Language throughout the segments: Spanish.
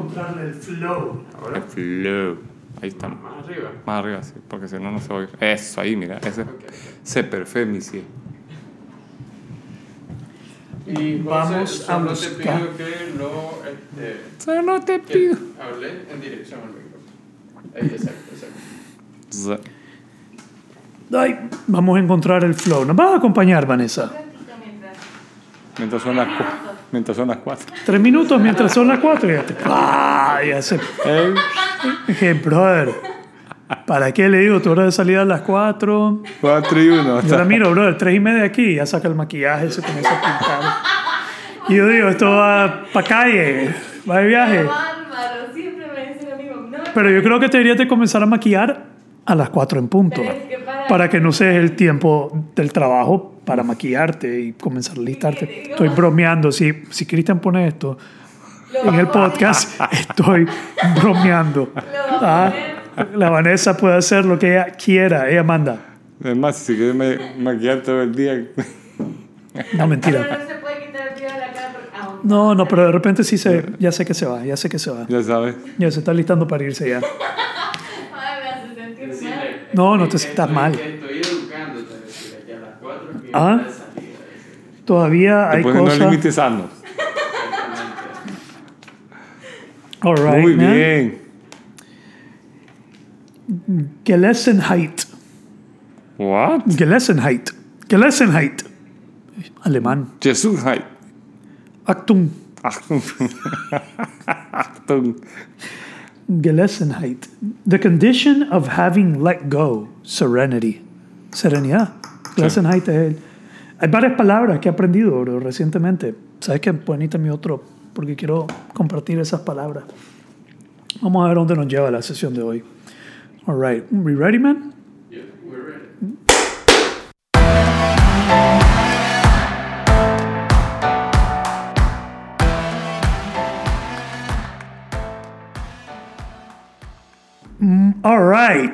encontrarle el flow. Ahora. El flow. Ahí estamos. Más arriba. Más arriba, sí, porque si no, no se oye. Eso, ahí, mira. Ese. Okay. Se perfecto, mi cielo. Y vamos José, a solo buscar. te pido que lo... Solo te que pido. hable en dirección al micrófono. Ahí, exacto. Ay, vamos a encontrar el flow. ¿Nos vas a acompañar, Vanessa? Mientras son las 4. 3 minutos mientras son las 4. Ya se... Dije, brother, ¿para qué le digo tu hora de salida a las 4? 4 y 1. Yo la miro, brother, 3 y media aquí, ya saca el maquillaje, se comienza a pintar. Y yo digo, esto va para calle, va de viaje. Bárbaro, siempre me dice lo mismo. No, Pero yo creo que te deberías de comenzar a maquillar a las 4 en punto. Para que no seas el tiempo del trabajo para maquillarte y comenzar a listarte. Estoy bromeando. Si Cristian pone esto en el podcast, estoy bromeando. La Vanessa puede hacer lo que ella quiera. Ella manda. Es más, si quieres maquillar todo el día. No, mentira. pero no se puede quitar el pelo de la cara porque... No, pero de repente sí ya sé que se va. Ya sabes. Ya se está listando para irse ya. Ay, me hace sentir mal. No te sientas mal. Estoy educándote, decir, aquí a las 4 es mi Ah. hora de salida. Todavía hay Poniendo cosas. límites sanos. All right, Muy man. bien. Gelassenheit. What? Gelassenheit. Alemán. Gesundheit. Achtung. Achtung. Gelassenheit. The condition of having let go. Serenity. Serenidad. Gelassenheit es el... Hay varias palabras que he aprendido, bro, recientemente. ¿Sabes qué? Bonita mi otro, porque quiero compartir esas palabras. Vamos a ver dónde nos lleva la sesión de hoy. All right. We ready, man? Yeah, we're ready. All right.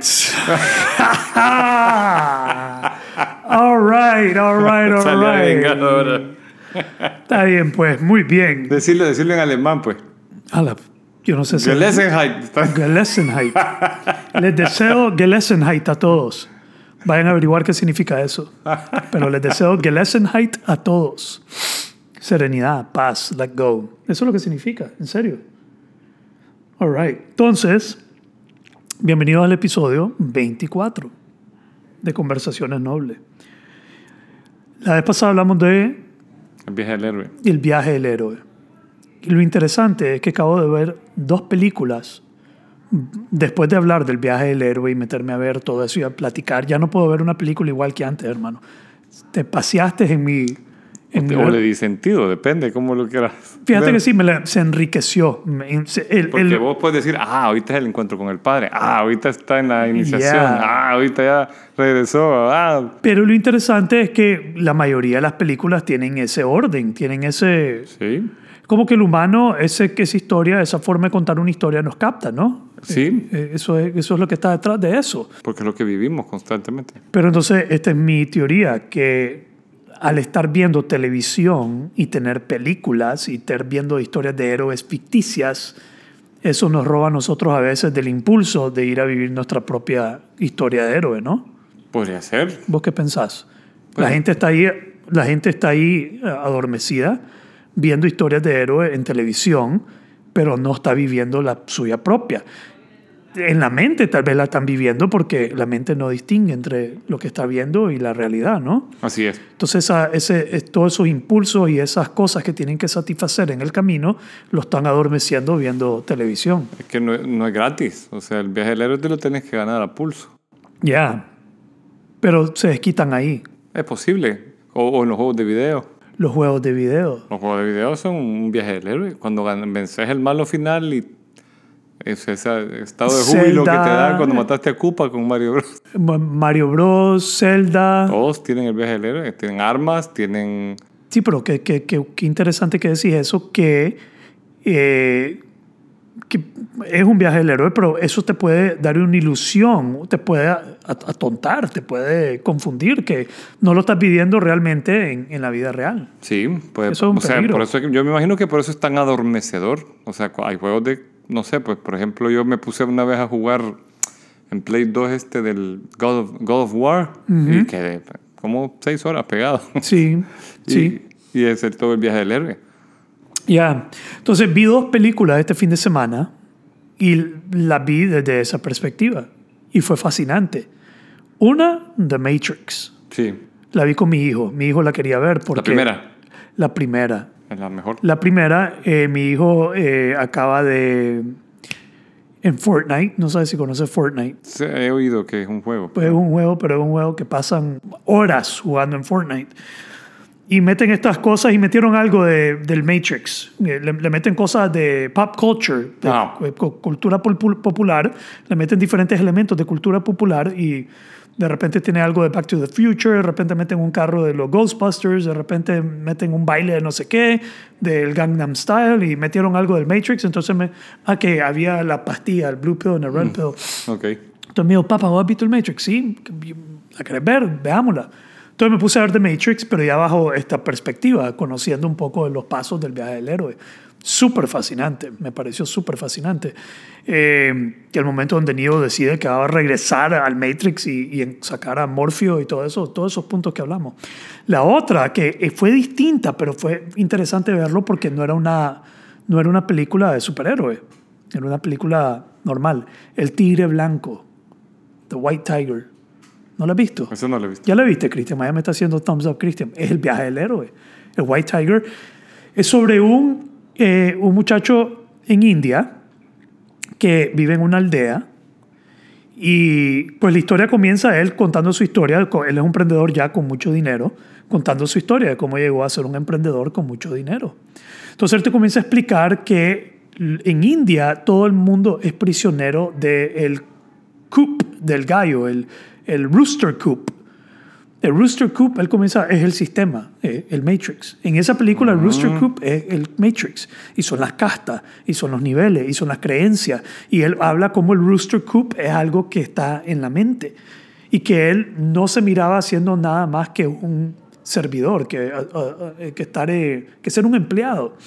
All right. Salió vengadora. Está bien, pues. Muy bien. Decirlo en alemán, pues. Yo no sé si... Gelassenheit. Gelassenheit. Les deseo Gelassenheit a todos. Vayan a averiguar qué significa eso. Pero les deseo Gelassenheit a todos. Serenidad, paz, let go. Eso es lo que significa, en serio. All right. Entonces, bienvenidos al episodio 24 de Conversaciones Nobles. La vez pasada hablamos de El viaje del héroe. El viaje del héroe. Y lo interesante es que acabo de ver 2 películas después de hablar del viaje del héroe y meterme a ver todo eso y a platicar. Ya no puedo ver una película igual que antes, hermano. Te paseaste en mi... O le di sentido, depende cómo lo quieras. Fíjate ver. que sí, se enriqueció. Porque vos puedes decir, ahorita es el encuentro con el padre. Ahorita está en la iniciación. Yeah. Ahorita ya regresó. Pero lo interesante es que la mayoría de las películas tienen ese orden, tienen ese... Sí. Como que el humano, esa historia, esa forma de contar una historia nos capta, ¿no? Sí. Eso es lo que está detrás de eso. Porque es lo que vivimos constantemente. Pero entonces, esta es mi teoría, que al estar viendo televisión y tener películas y estar viendo historias de héroes ficticias, eso nos roba a nosotros a veces del impulso de ir a vivir nuestra propia historia de héroe, ¿no? Podría ser. ¿Vos qué pensás? Pues, la gente está ahí adormecida viendo historias de héroes en televisión, pero no está viviendo la suya propia. En la mente tal vez la están viviendo porque la mente no distingue entre lo que está viendo y la realidad, ¿no? Así es. Entonces todos esos impulsos y esas cosas que tienen que satisfacer en el camino lo están adormeciendo viendo televisión. Es que no es gratis. O sea, el viaje del héroe te lo tienes que ganar a pulso. Ya. Pero se desquitan ahí. Es posible. O en los juegos de video. Los juegos de video. Los juegos de video son un viaje del héroe. Cuando vences el malo final y ese estado de júbilo Zelda, que te da cuando mataste a Koopa con Mario Bros. Mario Bros, Zelda. Todos tienen el viaje del héroe. Tienen armas, tienen... Sí, pero qué interesante que decís eso, que es un viaje del héroe, pero eso te puede dar una ilusión, te puede atontar, te puede confundir, que no lo estás viviendo realmente en la vida real. Sí, pues, Eso es un peligro. por eso yo me imagino que por eso es tan adormecedor. O sea, hay juegos no sé, pues por ejemplo yo me puse una vez a jugar en Play 2 del God of War y quedé como 6 horas pegado. Sí, sí. Y ese es todo el viaje del héroe. Ya. Entonces vi 2 películas este fin de semana y las vi desde esa perspectiva. Y fue fascinante. Una, The Matrix. Sí. La vi con mi hijo. Mi hijo la quería ver porque... ¿La primera? La primera. Es la mejor. La primera, mi hijo acaba de... En Fortnite, no sé si conoces Fortnite. Sí, he oído que es un juego. Pues es un juego, pero es un juego que pasan horas jugando en Fortnite. Y meten estas cosas y metieron algo del Matrix. Le meten cosas de pop culture, de cultura popular. Le meten diferentes elementos de cultura popular y de repente tiene algo de Back to the Future, de repente meten un carro de los Ghostbusters, de repente meten un baile de no sé qué, del Gangnam Style y metieron algo del Matrix. Entonces que había la pastilla, el Blue Pill y el Red Pill. Okay. Entonces me dijo, papá, ¿vos has visto el Matrix? Sí, ¿la querés ver? Veámosla. Entonces me puse a ver The Matrix, pero ya bajo esta perspectiva, conociendo un poco de los pasos del viaje del héroe. Súper fascinante, me pareció súper fascinante. Que el momento donde Neo decide que va a regresar al Matrix y sacar a Morpheus y todo eso, todos esos puntos que hablamos. La otra, que fue distinta, pero fue interesante verlo porque no era una película de superhéroe, era una película normal. El Tigre Blanco, The White Tiger. ¿No lo has visto? Eso no lo he visto. Ya lo viste, Cristian. Ya me está haciendo thumbs up, Cristian. Es el viaje del héroe. El White Tiger es sobre un muchacho en India que vive en una aldea y pues la historia comienza él contando su historia. Él es un emprendedor ya con mucho dinero, contando su historia de cómo llegó a ser un emprendedor con mucho dinero. Entonces él te comienza a explicar que en India todo el mundo es prisionero del coop, del gallo, el rooster coop. El rooster coop, él comienza, es el sistema, el Matrix. En esa película el rooster coop es el Matrix. Y son las castas, y son los niveles, y son las creencias. Y él habla como el rooster coop es algo que está en la mente. Y que él no se miraba haciendo nada más que un servidor, que ser un empleado.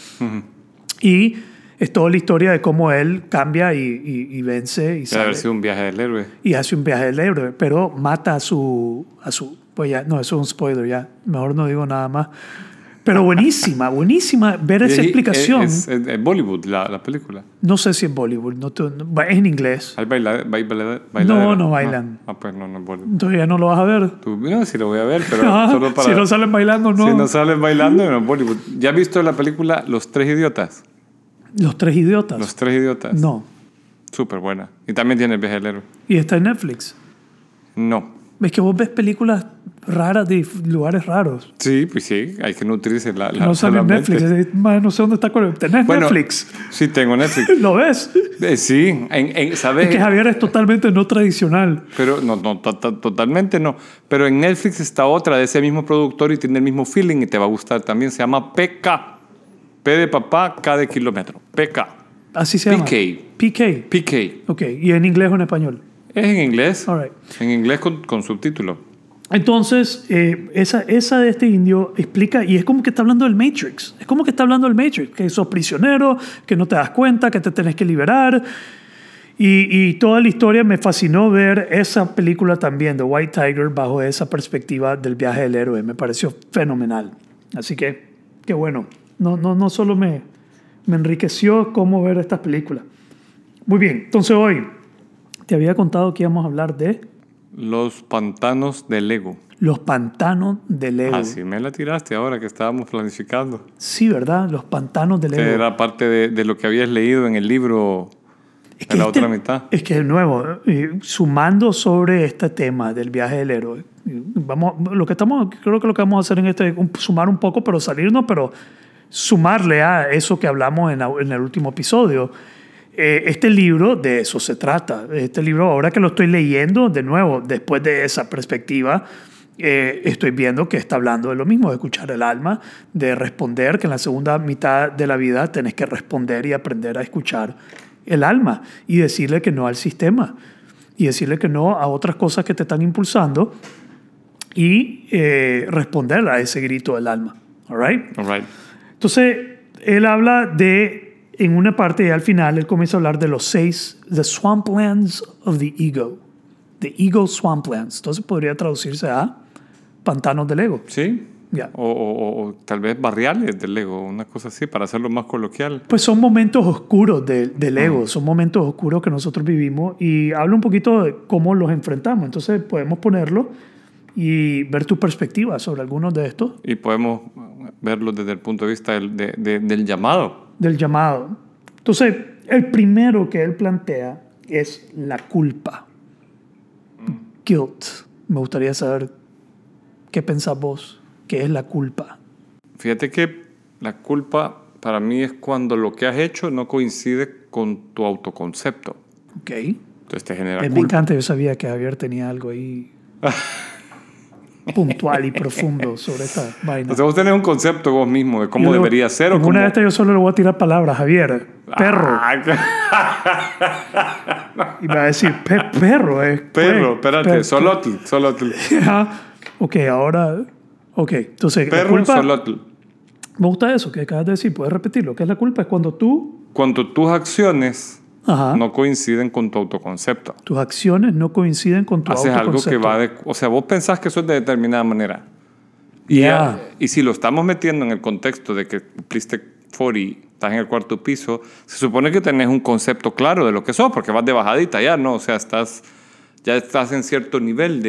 Y es toda la historia de cómo él cambia y vence. Y debe haber sido un viaje del héroe. Y hace un viaje del héroe, pero mata a su pues ya, no, eso es un spoiler ya. Mejor no digo nada más. Pero buenísima ver esa explicación. Es Bollywood la película. No sé si es Bollywood, es en inglés. ¿Hay bailadera? No bailan. Pues no es Bollywood. Entonces ya no lo vas a ver. No, sí lo voy a ver, pero solo para... Si no salen bailando, no. Si no salen bailando, no es Bollywood. ¿Ya has visto la película Los Tres Idiotas? Los Tres Idiotas. Los Tres Idiotas. No. Súper buena. Y también tiene el viaje del héroe. ¿Y está en Netflix? No. ¿Ves que vos ves películas raras de lugares raros? Sí, pues sí, hay que nutrirse no sale en Netflix. No sé dónde está. ¿Tenés Netflix? Sí, tengo Netflix. ¿Lo ves? Sí. ¿Sabes? Es que Javier es totalmente no tradicional. Pero no, totalmente no. Pero en Netflix está otra de ese mismo productor y tiene el mismo feeling y te va a gustar también. Se llama PK. P de papá, K de kilómetro. PK. Así se llama. PK. Ok. ¿Y en inglés o en español? Es en inglés. All right. En inglés con subtítulo. Entonces, esa de este indio explica, y es como que está hablando del Matrix. Es como que está hablando del Matrix, que sos prisionero, que no te das cuenta, que te tenés que liberar. Y toda la historia me fascinó ver esa película también, The White Tiger, bajo esa perspectiva del viaje del héroe. Me pareció fenomenal. Así que, qué bueno. No solo me enriqueció cómo ver estas películas. Muy bien, entonces hoy te había contado que íbamos a hablar de... Los pantanos del ego. Los pantanos del ego. Así me la tiraste ahora que estábamos planificando. Sí, ¿verdad? Los pantanos del ego. Era parte de lo que habías leído en el libro en la otra mitad. Es que es nuevo. Sumando sobre este tema del viaje del héroe. Creo que lo que vamos a hacer en sumar un poco, pero salirnos, pero sumarle a eso que hablamos en el último episodio. Este libro, de eso se trata. Este libro, ahora que lo estoy leyendo, de nuevo, después de esa perspectiva, estoy viendo que está hablando de lo mismo, de escuchar el alma, de responder, que en la segunda mitad de la vida tenés que responder y aprender a escuchar el alma y decirle que no al sistema y decirle que no a otras cosas que te están impulsando y responder a ese grito del alma. All right? All right. Entonces, él habla de en una parte y al final él comienza a hablar de los 6, the swamplands of the ego. The ego swamplands. Entonces podría traducirse a pantanos del ego. Sí. Ya. O tal vez barriales del ego, una cosa así, para hacerlo más coloquial. Pues son momentos oscuros del ego, son momentos oscuros que nosotros vivimos y habla un poquito de cómo los enfrentamos. Entonces podemos ponerlo y ver tu perspectiva sobre algunos de estos. Y podemos verlo desde el punto de vista del llamado. Del llamado. Entonces, el primero que él plantea es la culpa. Guilt. Me gustaría saber qué pensás vos. ¿Qué es la culpa? Fíjate que la culpa para mí es cuando lo que has hecho no coincide con tu autoconcepto. Ok. Entonces te genera Me culpa. encanta, yo sabía que Javier tenía algo ahí puntual y profundo sobre esta vaina. O sea, vos tenés un concepto vos mismo de cómo Yo le- debería ser o en cómo... una de estas yo solo le voy a tirar palabras, Javier. Perro. Y me va a decir, perro. Perro, espérate, solotl. Ok, ahora... Ok, entonces la Perro, culpa... solotl. Me gusta eso que acabas de decir. ¿Puedes repetirlo? ¿Qué es la culpa? Es cuando tú... Cuando tus acciones Ajá. no coinciden con tu autoconcepto. Tus acciones no coinciden con tu Haces algo autoconcepto. que va de... O sea, vos pensás que eso es de determinada manera. Y, Ya. y si lo estamos metiendo en el contexto de que cumpliste 40, estás en el cuarto piso, se supone que tenés un concepto claro de lo que sos, porque vas de bajadita ya, ¿no? O sea, ya estás en cierto nivel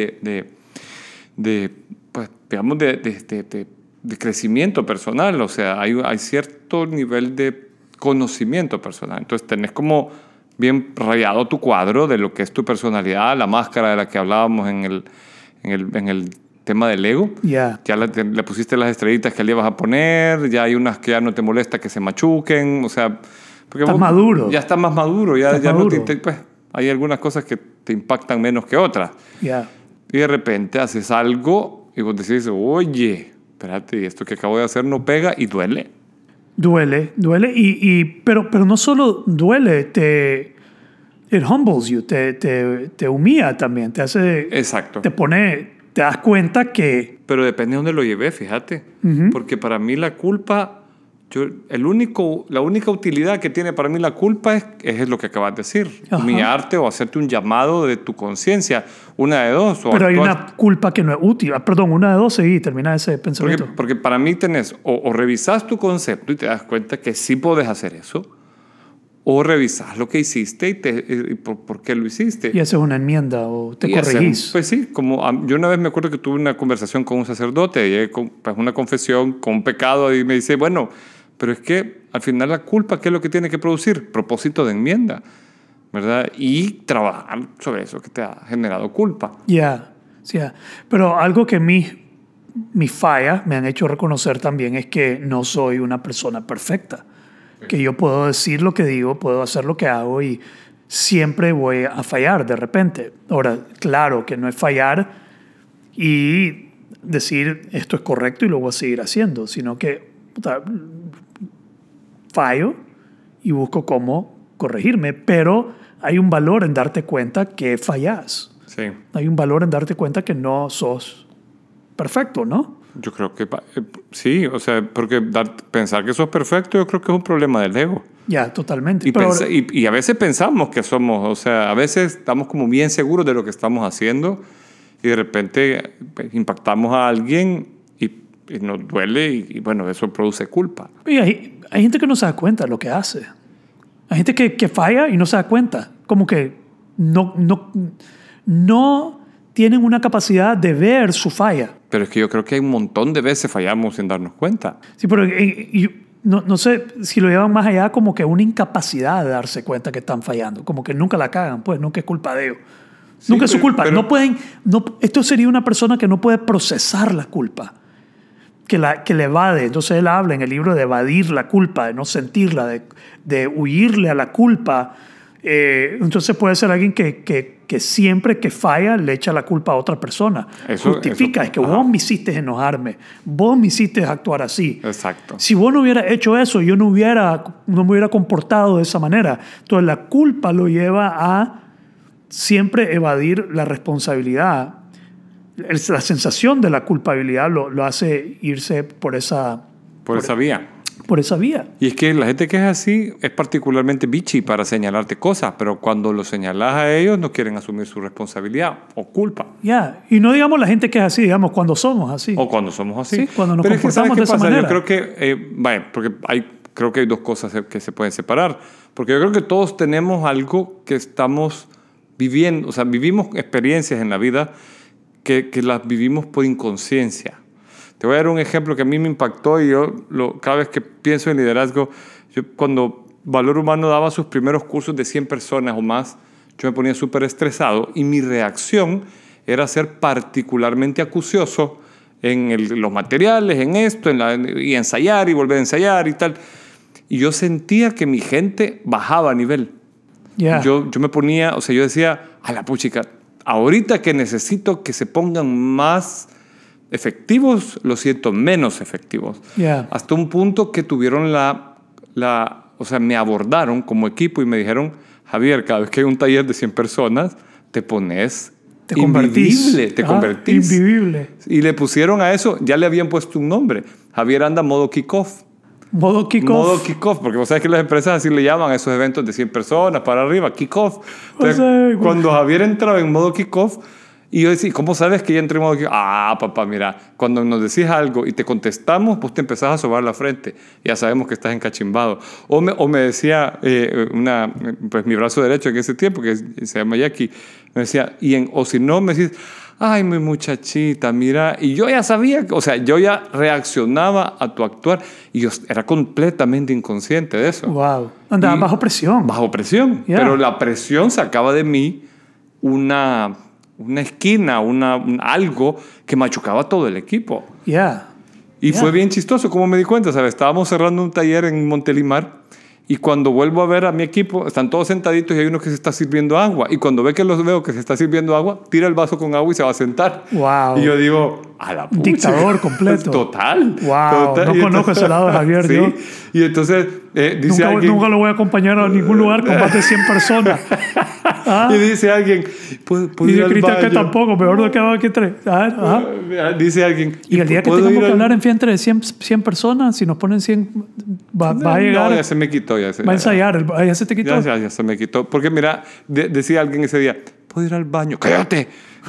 pues, digamos, de crecimiento personal. O sea, hay cierto nivel de conocimiento personal. Entonces, tenés como bien rayado tu cuadro de lo que es tu personalidad, la máscara de la que hablábamos en el tema del ego. Ya. Ya le pusiste las estrellitas que le ibas a poner, ya hay unas que ya no te molesta que se machuquen, o sea... Porque Estás maduro. Ya estás más maduro, ya Estás no pues, hay algunas cosas que te impactan menos que otras. Ya. Y de repente haces algo y vos decís, oye, espérate, esto que acabo de hacer no pega y duele. Duele, pero no solo duele, it humbles you, te humilla también, te hace, Exacto. te das cuenta que, Pero depende de dónde lo llevé, fíjate. Porque para mí la culpa, la única utilidad que tiene para mí la culpa es lo que acabas de decir. Ajá. Humillarte o hacerte un llamado de tu conciencia. Una de dos. O pero hay actúas- una culpa que no es útil. Perdón, una de dos, y termina ese pensamiento. porque para mí tenés, o revisás tu concepto y te das cuenta que sí podés hacer eso, o revisás lo que hiciste y por qué lo hiciste. Y haces una enmienda o te Y hacer- corregís. pues sí, yo una vez me acuerdo que tuve una conversación con un sacerdote, llegué con pues, una confesión, con un pecado, y me dice, bueno, pero es que al final la culpa, ¿qué es lo que tiene que producir? Propósito de enmienda, ¿verdad? Y trabajar sobre eso que te ha generado culpa. Ya. Pero algo que mis fallas me han hecho reconocer también es que no soy una persona perfecta. Que yo puedo decir lo que digo, puedo hacer lo que hago y siempre voy a fallar de repente. Ahora, claro que no es fallar y decir esto es correcto y lo voy a seguir haciendo, sino que fallo y busco cómo corregirme, pero hay un valor en darte cuenta que fallas. Sí, Hay un valor en darte cuenta que no sos perfecto, ¿no? yo creo que sí, o sea, porque pensar que sos perfecto yo creo que es un problema del ego. Ya, totalmente. Y, Pero y a veces pensamos que somos, o sea, a veces estamos como bien seguros de lo que estamos haciendo y de repente pues, impactamos a alguien y nos duele y bueno, eso produce culpa. y hay gente que no se da cuenta de lo que hace. Hay gente que falla y no se da cuenta. Como que no tienen una capacidad de ver su falla. Pero es que yo creo que hay un montón de veces fallamos sin darnos cuenta. Sí, pero no sé si lo llevan más allá como que una incapacidad de darse cuenta que están fallando. Como que nunca la cagan, pues nunca es culpa de ellos. Sí, nunca es su pero- culpa. pero- Esto sería una persona que no puede procesar la culpa. Que la evade. Entonces él habla en el libro de evadir la culpa, de no sentirla, de huirle a la culpa. Entonces puede ser alguien que siempre que falla le echa la culpa a otra persona. Justifica, es que ajá. vos me hiciste enojarme, vos me hiciste actuar así. Exacto. Si vos no hubieras hecho eso, yo no me hubiera comportado de esa manera. Entonces la culpa lo lleva a siempre evadir la responsabilidad. La sensación de la culpabilidad lo hace irse por esa Por esa vía. por esa vía. Y es que la gente que es así es particularmente bitchy para señalarte cosas, pero cuando lo señalas a ellos no quieren asumir su responsabilidad o culpa. Ya, y no digamos la gente que es así, digamos cuando somos así. O cuando somos así. Sí, cuando nos pero es que, ¿sabes comportamos qué de esa pasa? manera. Yo creo que, porque creo que hay dos cosas que se pueden separar. Porque yo creo que todos tenemos algo que estamos viviendo, o sea, vivimos experiencias en la vida que las vivimos por inconsciencia. Te voy a dar un ejemplo que a mí me impactó y yo cada vez que pienso en liderazgo, cuando Valor Humano daba sus primeros cursos de 100 personas o más, yo me ponía súper estresado y mi reacción era ser particularmente acucioso en los materiales, en esto, y ensayar y volver a ensayar y tal. Y yo sentía que mi gente bajaba a nivel. Yeah. Yo me ponía, o sea, yo decía, a la puchica, ahorita que necesito que se pongan más efectivos, lo siento, menos efectivos. Yeah. Hasta un punto que tuvieron o sea, me abordaron como equipo y me dijeron, Javier, cada vez que hay un taller de 100 personas, te pones invivible, te convertís. Invivible. Y le pusieron a eso, ya le habían puesto un nombre. Javier anda modo kickoff. Modo kickoff. Modo kickoff, porque vos sabés que las empresas así le llaman a esos eventos de 100 personas para arriba, kickoff. Entonces, O sea, cuando Javier entraba en modo kickoff, y yo decía, ¿cómo sabes que ya entré en modo kickoff? Ah, papá, mira, cuando nos decís algo y te contestamos, vos te empezás a sobar la frente. Ya sabemos que estás encachimbado. O me decía pues mi brazo derecho en ese tiempo, que se llama Jackie, me decía, o si no, me decís, ay, mi muchachita, mira. Y yo ya sabía, o sea, yo ya reaccionaba a tu actuar y yo era completamente inconsciente de eso. Wow. Andaba bajo presión. Bajo presión. Yeah. Pero la presión sacaba de mí una esquina, algo que machucaba a todo el equipo. Yeah. Y Yeah. fue bien chistoso, como me di cuenta, ¿sabes? Estábamos cerrando un taller en Montelimar y cuando vuelvo a ver a mi equipo, están todos sentaditos y hay uno que se está sirviendo agua. Y cuando veo que se está sirviendo agua, tira el vaso con agua y se va a sentar. Wow. Y yo digo, a la pucha. Dictador completo. Total. Wow. Total. No Y conozco ese lado de Javier, sí. yo. Y entonces dice alguien... Nunca lo voy a acompañar a ningún lugar con más de 100 personas. Y dice alguien, ¿puedo Y ir yo al grita que baño? tampoco, mejor no quedaba que 3. Dice alguien... Y el día que ¿puedo tengamos ir que al- hablar en frente de 100 personas, si nos ponen 100, va a llegar, No, ya se me quitó. va a ensayar, ya se te quitó. Ya se me quitó. Porque mira, decía alguien ese día, ¿puedo ir al baño? ¡Cállate!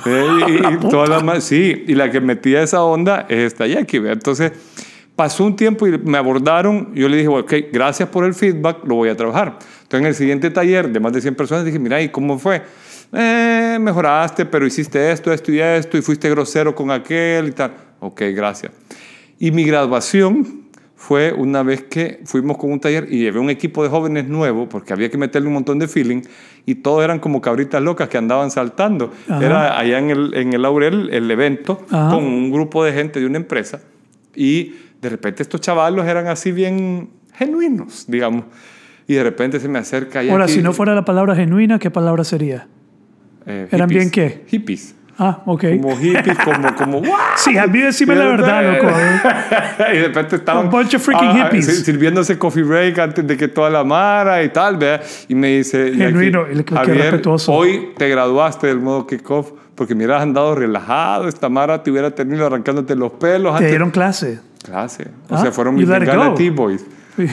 Y toda sí, y la que metía esa onda es esta Jackie. ¿Ve? Entonces, pasó un tiempo y me abordaron. Yo le dije, ok, gracias por el feedback, lo voy a trabajar. Entonces, en el siguiente taller de más de 100 personas, dije, mira, ¿y cómo fue? Mejoraste, pero hiciste esto y fuiste grosero con aquel y tal. Ok, gracias. Y mi graduación fue una vez que fuimos con un taller y llevé un equipo de jóvenes nuevo porque había que meterle un montón de feeling y todos eran como cabritas locas que andaban saltando. Ajá. Era allá en el Laurel el evento. Ajá. Con un grupo de gente de una empresa y de repente estos chavalos eran así bien genuinos, digamos. Y de repente se me acerca Ahora, Jackie, si no fuera la palabra genuina, ¿qué palabra sería? ¿Eran hippies. bien qué? Hippies. Ah, ok. Como hippies, como ¡guau! Sí, a mí decime la verdad, loco. Y de repente estaban A bunch of freaking hippies. sirviéndose coffee break antes de que toda la mara y tal, ¿verdad? Y me dice, Genuino, Jackie, qué Javier, respetuoso. hoy te graduaste del modo kickoff porque me hubieras andado relajado, esta mara te hubiera tenido arrancándote los pelos. Te antes. dieron clase. Clase. O Ah, sea, fueron you mis let it Bengala go. T-Boys.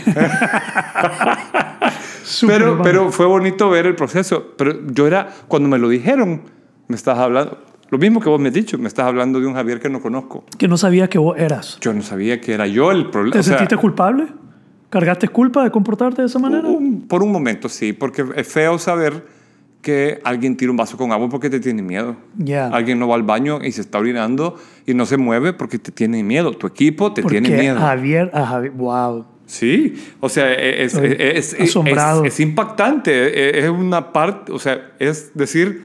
Súper, hermano. Pero fue bonito ver el proceso. Pero yo cuando me lo dijeron, me estás hablando, lo mismo que vos me has dicho, me estás hablando de un Javier que no conozco. Que no sabía que vos eras. Yo no sabía que era yo el problema. ¿Te sentiste culpable? ¿Cargaste culpa de comportarte de esa manera? Por un momento sí, porque es feo saber que alguien tira un vaso con agua porque te tiene miedo. Ya. Alguien no va al baño y se está orinando y no se mueve porque te tiene miedo. Tu equipo te Porque tiene miedo. Javier, wow. Sí, o sea, Asombrado. es impactante, es una parte, o sea, es decir,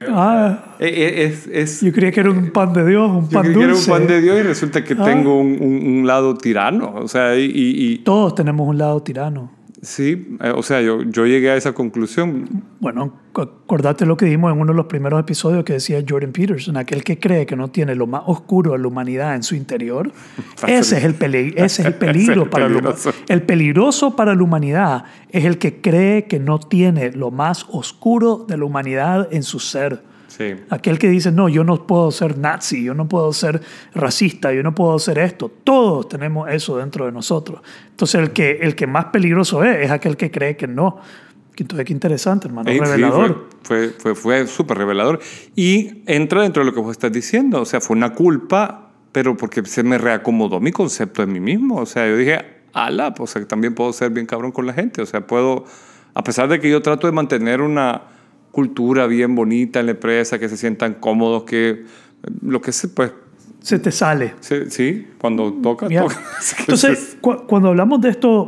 Yo creía que era un pan de Dios, un yo pan creí que era un dulce. pan de Dios y resulta que tengo un lado tirano, o sea, Todos tenemos un lado tirano. sí, o sea, yo llegué a esa conclusión. Bueno, acordate lo que dijimos en uno de los primeros episodios que decía Jordan Peterson, aquel que cree que no tiene lo más oscuro de la humanidad en su interior, ese es el peligro para la humanidad. El peligroso para la humanidad es el que cree que no tiene lo más oscuro de la humanidad en su ser. Sí. Aquel que dice, no, yo no puedo ser nazi, yo no puedo ser racista, yo no puedo ser esto. Todos tenemos eso dentro de nosotros. Entonces el que más peligroso es aquel que cree que no. Entonces qué interesante, hermano. Sí, Revelador. fue súper revelador. Y entra dentro de lo que vos estás diciendo. O sea, fue una culpa, pero porque se me reacomodó mi concepto de mí mismo. O sea, yo dije, ala, pues también puedo ser bien cabrón con la gente. O sea, puedo, a pesar de que yo trato de mantener una cultura bien bonita en la empresa, que se sientan cómodos, que lo que se, pues... Se te sale. Sí, cuando toca, Yeah. toca. Entonces, cuando hablamos de estos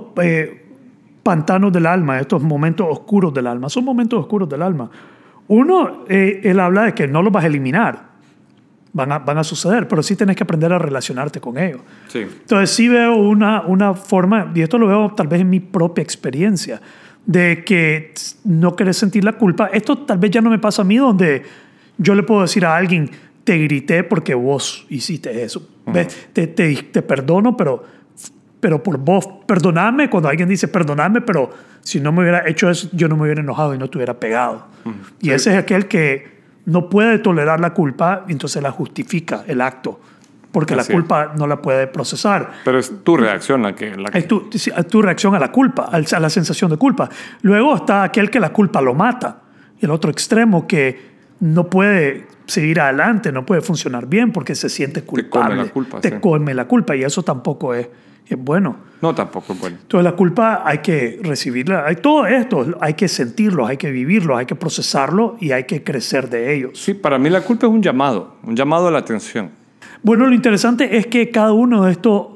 pantanos del alma, estos momentos oscuros del alma, son momentos oscuros del alma. Uno, él habla de que no los vas a eliminar, van a suceder, pero sí tienes que aprender a relacionarte con ellos. Sí. Entonces sí veo una forma, y esto lo veo tal vez en mi propia experiencia, de que no querés sentir la culpa. Esto tal vez ya no me pasa a mí, donde yo le puedo decir a alguien, te grité porque vos hiciste eso. ¿Ves? Te perdono, pero por vos. Perdoname cuando alguien dice perdoname, pero si no me hubiera hecho eso, yo no me hubiera enojado y no te hubiera pegado. Y ese es aquel que no puede tolerar la culpa, y entonces la justifica el acto, porque Así la culpa no la puede procesar. Pero es tu reacción la que... Es tu reacción a la culpa, a la sensación de culpa. Luego está aquel que la culpa lo mata. Y el otro extremo que no puede seguir adelante, no puede funcionar bien porque se siente culpable. Te come la culpa y eso tampoco es bueno. No, tampoco es bueno. Entonces la culpa hay que recibirla. Todo esto hay que sentirlo, hay que vivirlo, hay que procesarlo y hay que crecer de ellos. Sí, para mí la culpa es un llamado a la atención. Bueno, lo interesante es que cada uno de estos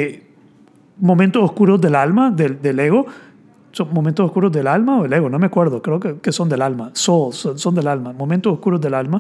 momentos oscuros del alma, del ego, ¿son momentos oscuros del alma o del ego? No me acuerdo, creo que son del alma. Son del alma. Momentos oscuros del alma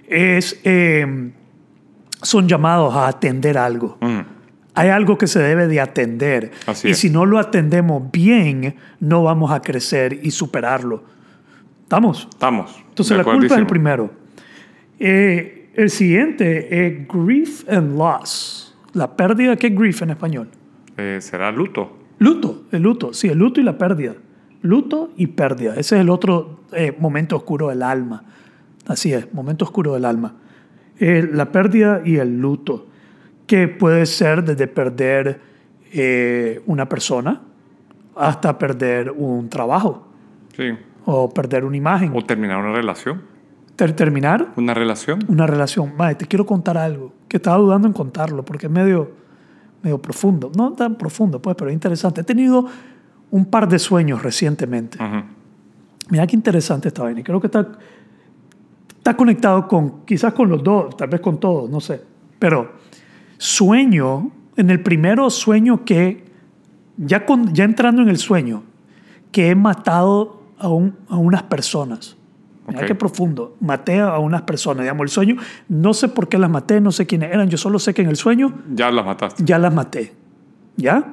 son llamados a atender algo. Hay algo que se debe de atender. Así y es. si no lo atendemos bien, no vamos a crecer y superarlo. ¿Estamos? Estamos. Entonces la culpa es el primero. El siguiente es grief and loss. La pérdida, ¿qué es grief en español? ¿Será luto? El luto, sí, el luto y la pérdida. Luto y pérdida. Ese es el otro momento oscuro del alma. Así es, momento oscuro del alma. La pérdida y el luto, que puede ser desde perder una persona hasta perder un trabajo. Sí. O perder una imagen. O terminar una relación. ¿Terminar? ¿Una relación? Una relación. Madre, te quiero contar algo que estaba dudando en contarlo porque es medio profundo. No tan profundo, pues, pero interesante. He tenido un par de sueños recientemente. Mira qué interesante esta vaina. Creo que está conectado quizás con los dos, tal vez con todos, no sé. Pero sueño, en el primero sueño que, ya entrando en el sueño, que he matado a unas personas. Mira qué profundo. Maté a unas personas. Digamos, el sueño, no sé por qué las maté, no sé quiénes eran. Yo solo sé que en el sueño... Ya las mataste. Ya las maté. ¿Ya?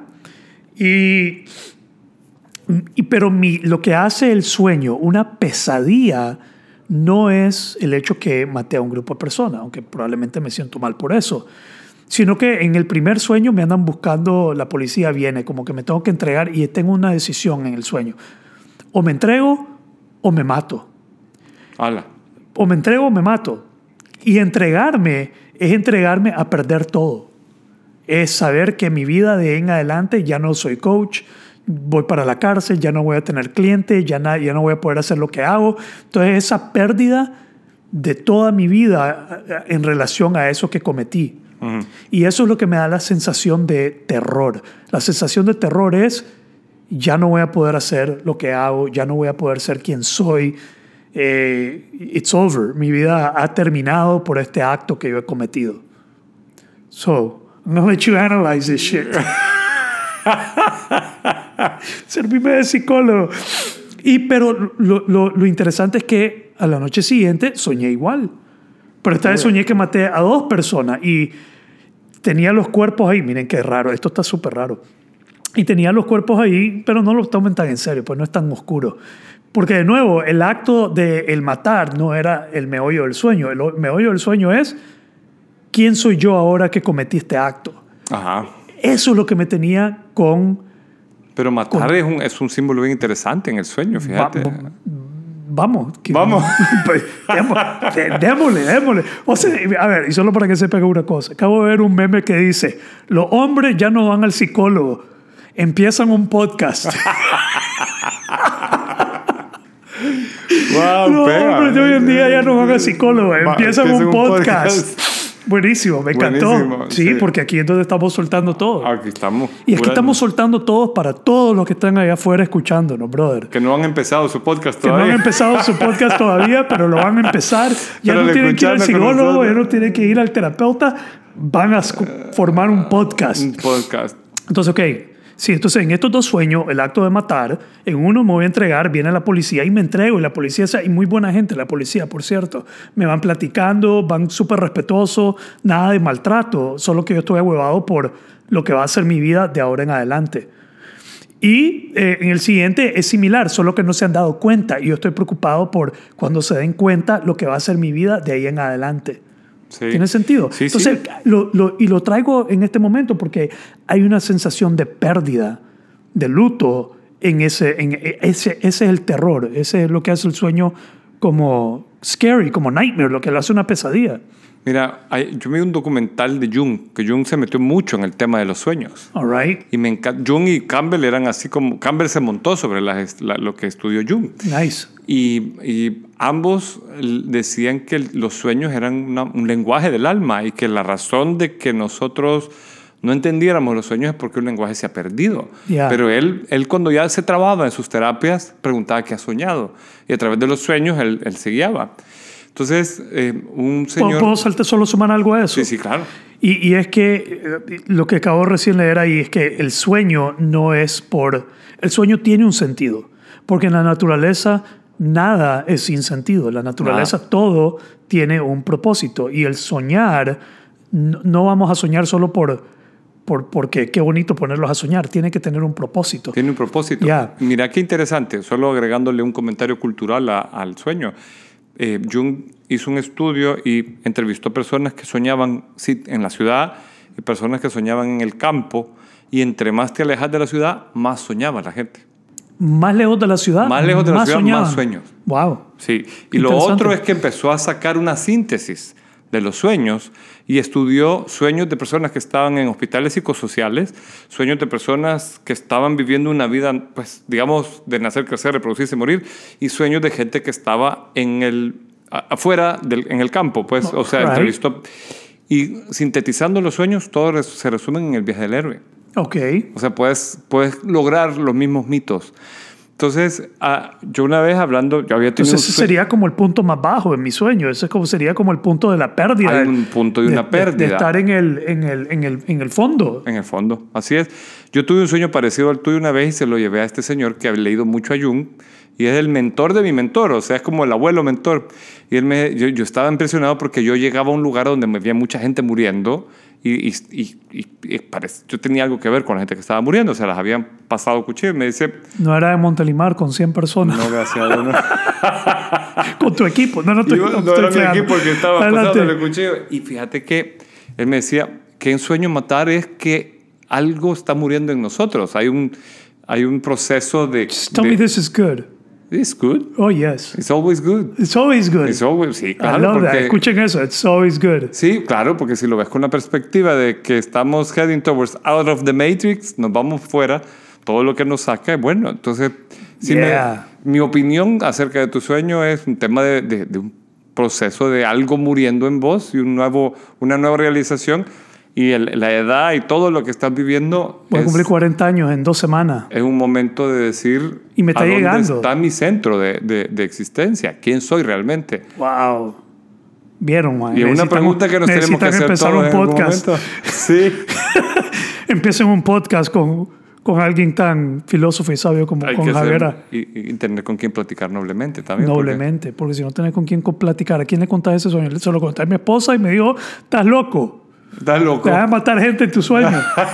Pero lo que hace el sueño, una pesadilla, no es el hecho que maté a un grupo de personas, aunque probablemente me siento mal por eso, sino que en el primer sueño me andan buscando, la policía viene, como que me tengo que entregar y tengo una decisión en el sueño. O me entrego o me mato. Ala. O me entrego o me mato. Y entregarme es entregarme a perder todo. Es saber que mi vida de en adelante ya no soy coach, voy para la cárcel, ya no voy a tener clientes, ya no voy a poder hacer lo que hago. Entonces esa pérdida de toda mi vida en relación a eso que cometí. Y eso es lo que me da la sensación de terror. La sensación de terror es ya no voy a poder hacer lo que hago, ya no voy a poder ser quien soy. It's over. Mi vida ha terminado por este acto que yo he cometido. So, I'm gonna let you analyze this shit. Servime de psicólogo. Pero lo interesante es que a la noche siguiente soñé igual. Pero esta vez soñé que maté a 2 personas y tenía los cuerpos ahí. Miren qué raro, esto está súper raro. Y tenía los cuerpos ahí, pero no lo tomen tan en serio, pues no es tan oscuro. Porque de nuevo, el acto de el matar no era el meollo del sueño. El meollo del sueño es ¿quién soy yo ahora que cometí este acto? Ajá. Eso es lo que me tenía con... Pero matar es un símbolo bien interesante en el sueño, fíjate. vamos. Vamos. Pues, démosle. O sea, a ver, y solo para que sepan una cosa. Acabo de ver un meme que dice, los hombres ya no van al psicólogo, empiezan un podcast. Wow, Los pega. hombres de hoy en día ya no van al psicólogo, empiezan un podcast. Buenísimo, me encantó. Buenísimo, Sí, sí. porque aquí es donde estamos soltando todo. Aquí estamos. Y aquí Pura- estamos soltando todos para todos los que están allá afuera escuchándonos, brother. Que no han empezado su podcast Que no todavía. han empezado su podcast todavía, pero lo van a empezar. Ya Pero no le tienen que ir al escuchando con psicólogo, nosotros. ya no tienen que ir al terapeuta. Van a formar un podcast. Un podcast. Entonces, ok. Sí, entonces en estos dos sueños, el acto de matar, en uno me voy a entregar, viene la policía y me entrego. Y la policía, y muy buena gente la policía, por cierto. Me van platicando, van súper respetuosos, nada de maltrato. Solo que yo estoy ahuevado por lo que va a ser mi vida de ahora en adelante. Y en el siguiente es similar, solo que no se han dado cuenta. Y yo estoy preocupado por cuando se den cuenta lo que va a ser mi vida de ahí en adelante. Sí. ¿Tiene sentido? Sí, Entonces, sí. lo traigo en este momento porque hay una sensación de pérdida, de luto, ese es el terror, ese es lo que hace el sueño como scary, como nightmare, lo que le hace una pesadilla. Mira, yo vi un documental de Jung, que Jung se metió mucho en el tema de los sueños. All right, Y me encanta. Jung y Campbell eran así como... Campbell se montó sobre lo que estudió Jung. nice. Y ambos decían que los sueños eran un lenguaje del alma y que la razón de que nosotros no entendiéramos los sueños es porque un lenguaje se ha perdido. Yeah. Pero él cuando ya se trababa en sus terapias preguntaba qué ha soñado y a través de los sueños él se guiaba. Entonces, un señor... ¿Puedo solo sumar algo a eso? Sí, sí, claro. Y es que lo que acabo recién de leer ahí es que el sueño no es por... El sueño tiene un sentido, porque en la naturaleza nada es sin sentido. En la naturaleza todo tiene un propósito y el soñar, no vamos a soñar solo porque qué bonito ponerlos a soñar, tiene que tener un propósito. Tiene un propósito. Ya. Mira qué interesante, solo agregándole un comentario cultural al sueño. Jung hizo un estudio y entrevistó personas que soñaban en la ciudad y personas que soñaban en el campo, y entre más te alejas de la ciudad, más soñaba la gente. Más lejos de la ciudad, Más lejos de la ciudad, soñaban. más sueños. Wow. Sí. Y lo Interesante. otro es que empezó a sacar una síntesis de los sueños y estudió sueños de personas que estaban en hospitales psicosociales, sueños de personas que estaban viviendo una vida, pues, digamos, de nacer, crecer, reproducirse y morir, y sueños de gente que estaba afuera en el campo, pues, o sea, Right. entrevistó. Y sintetizando los sueños, todos se resumen en el viaje del héroe. Ok. O sea, puedes lograr los mismos mitos. Entonces, yo una vez hablando, yo había tenido Entonces ese sería como el punto más bajo en mi sueño. Ese sería como el punto de la pérdida. Hay un punto de una pérdida. De estar en el fondo. En el fondo, así es. Yo tuve un sueño parecido al tuyo una vez y se lo llevé a este señor que ha leído mucho a Jung y es el mentor de mi mentor, o sea, es como el abuelo mentor. Y yo estaba impresionado porque yo llegaba a un lugar donde me había mucha gente muriendo y yo tenía algo que ver con la gente que estaba muriendo, o sea, las habían pasado cuchillo y me dice... No era de Montelimar con 100 personas. No, gracias a Dios, no. Con tu equipo. No No estoy era mi fregando. equipo porque estaba Adelante. pasando el cuchillo. Y fíjate que él me decía que en sueño matar es que algo está muriendo en nosotros. Hay un proceso de... Tell me this is good. It's good. Oh, yes. It's always good. It's always good. It's always, sí, I claro. love that. Porque, Escuchen eso. It's always good. sí, claro, porque si lo ves con la perspectiva de que estamos heading towards out of the matrix, nos vamos fuera, todo lo que nos saca es bueno. Entonces, Yeah. mi opinión acerca de tu sueño es un tema de un proceso de algo muriendo en vos y una nueva realización. Y la edad y todo lo que estás viviendo Voy a cumplir 40 años en 2 semanas. es un momento de decir Y me está ¿a dónde llegando? está mi centro de existencia? ¿Quién soy realmente? Wow. ¿Vieron, man? Y es una pregunta que nos tenemos que hacer empezar todos un en algún podcast. momento. Sí. Empiecen un podcast con alguien tan filósofo y sabio como Hay con que Javier. hacer, y tener con quién platicar noblemente también. porque- Noblemente, porque si no tenés con quién platicar, ¿a quién le contás ese sueño? Se lo conté a mi esposa y me dijo, estás loco. Estás loco. Te vas a matar gente en tu sueño.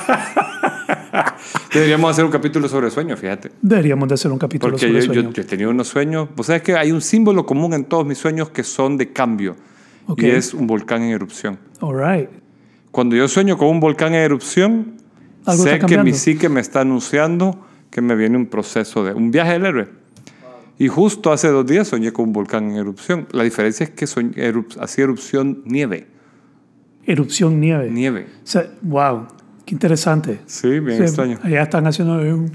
Deberíamos hacer un capítulo sobre sueños, fíjate. Deberíamos de hacer un capítulo Porque sobre yo sueño. he tenido unos sueños. Vos sabés que hay un símbolo común en todos mis sueños que son de cambio. Ok. Y es un volcán en erupción. All right. Cuando yo sueño con un volcán en erupción, Algo sé está que mi cambiando. psique me está anunciando que me viene un proceso de un viaje del héroe. Y justo hace 2 días soñé con un volcán en erupción. La diferencia es que hacía erupción nieve. Erupción nieve. Nieve. O sea, wow, qué interesante. Sí, bien extraño. Allá están haciendo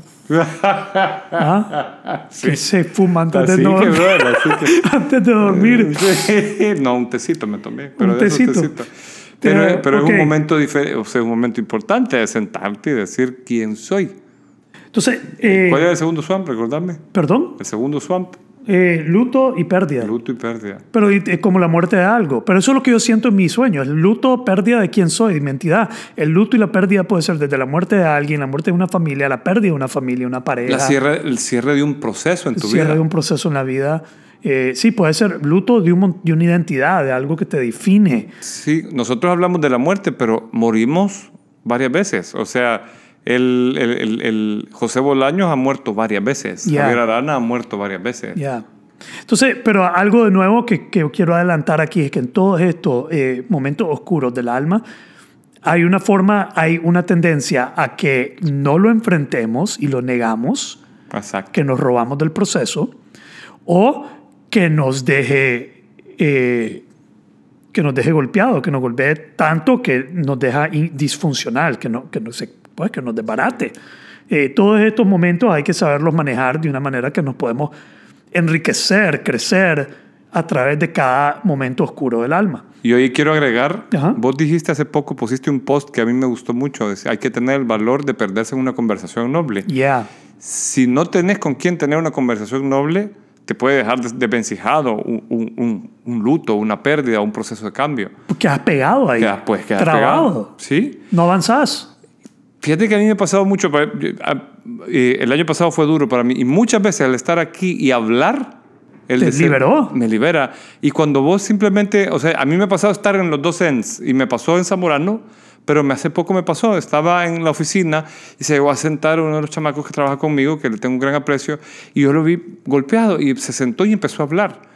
¿ah? Sí. Que se fuma antes Así de no que, bueno, así que... antes de dormir. Sí, no, un tecito me tomé. Pero Un de esos tecito. tecitos. Pero Ok. es un momento diferente, o sea, un momento importante de sentarte y decir quién soy. Entonces, ¿Cuál era el segundo swamp? Recordadme. perdón, El segundo swamp, luto y pérdida. luto y pérdida. Pero es como la muerte de algo. Pero eso es lo que yo siento en mi sueño. El luto, pérdida de quién soy, de mi entidad. El luto y la pérdida puede ser desde la muerte de alguien, la muerte de una familia, la pérdida de una familia, una pareja. El cierre de un proceso en tu cierre vida. de un proceso en la vida. Sí, puede ser luto de una identidad, de algo que te define. Sí, nosotros hablamos de la muerte, pero morimos varias veces. O sea, el José Bolaños ha muerto varias veces. Ya. Javier Arana ha muerto varias veces. Ya. Entonces, pero algo de nuevo que quiero adelantar aquí es que en todos estos momentos oscuros del alma hay una tendencia a que no lo enfrentemos y lo negamos, Exacto. que nos robamos del proceso, o que nos deje golpeado, que nos golpee tanto que nos deja disfuncional, que nos desbarate. Todos estos momentos hay que saberlos manejar de una manera que nos podemos enriquecer, crecer a través de cada momento oscuro del alma. Y hoy quiero agregar, Ajá. vos dijiste hace poco, pusiste un post que a mí me gustó mucho. Decía, hay que tener el valor de perderse en una conversación noble. Yeah. Si no tenés con quién tener una conversación noble, te puede dejar desvencijado un luto, una pérdida, un proceso de cambio. Porque has pegado ahí. Quedas trabado. pegado. Sí. No avanzás. Fíjate que a mí me ha pasado mucho. El año pasado fue duro para mí. Y muchas veces al estar aquí y hablar, liberó. Me libera. Y cuando vos simplemente... O sea, a mí me ha pasado estar en los dos ends. Y me pasó en Zamorano, pero hace poco me pasó. Estaba en la oficina y se llegó a sentar uno de los chamacos que trabaja conmigo, que le tengo un gran aprecio. Y yo lo vi golpeado y se sentó y empezó a hablar.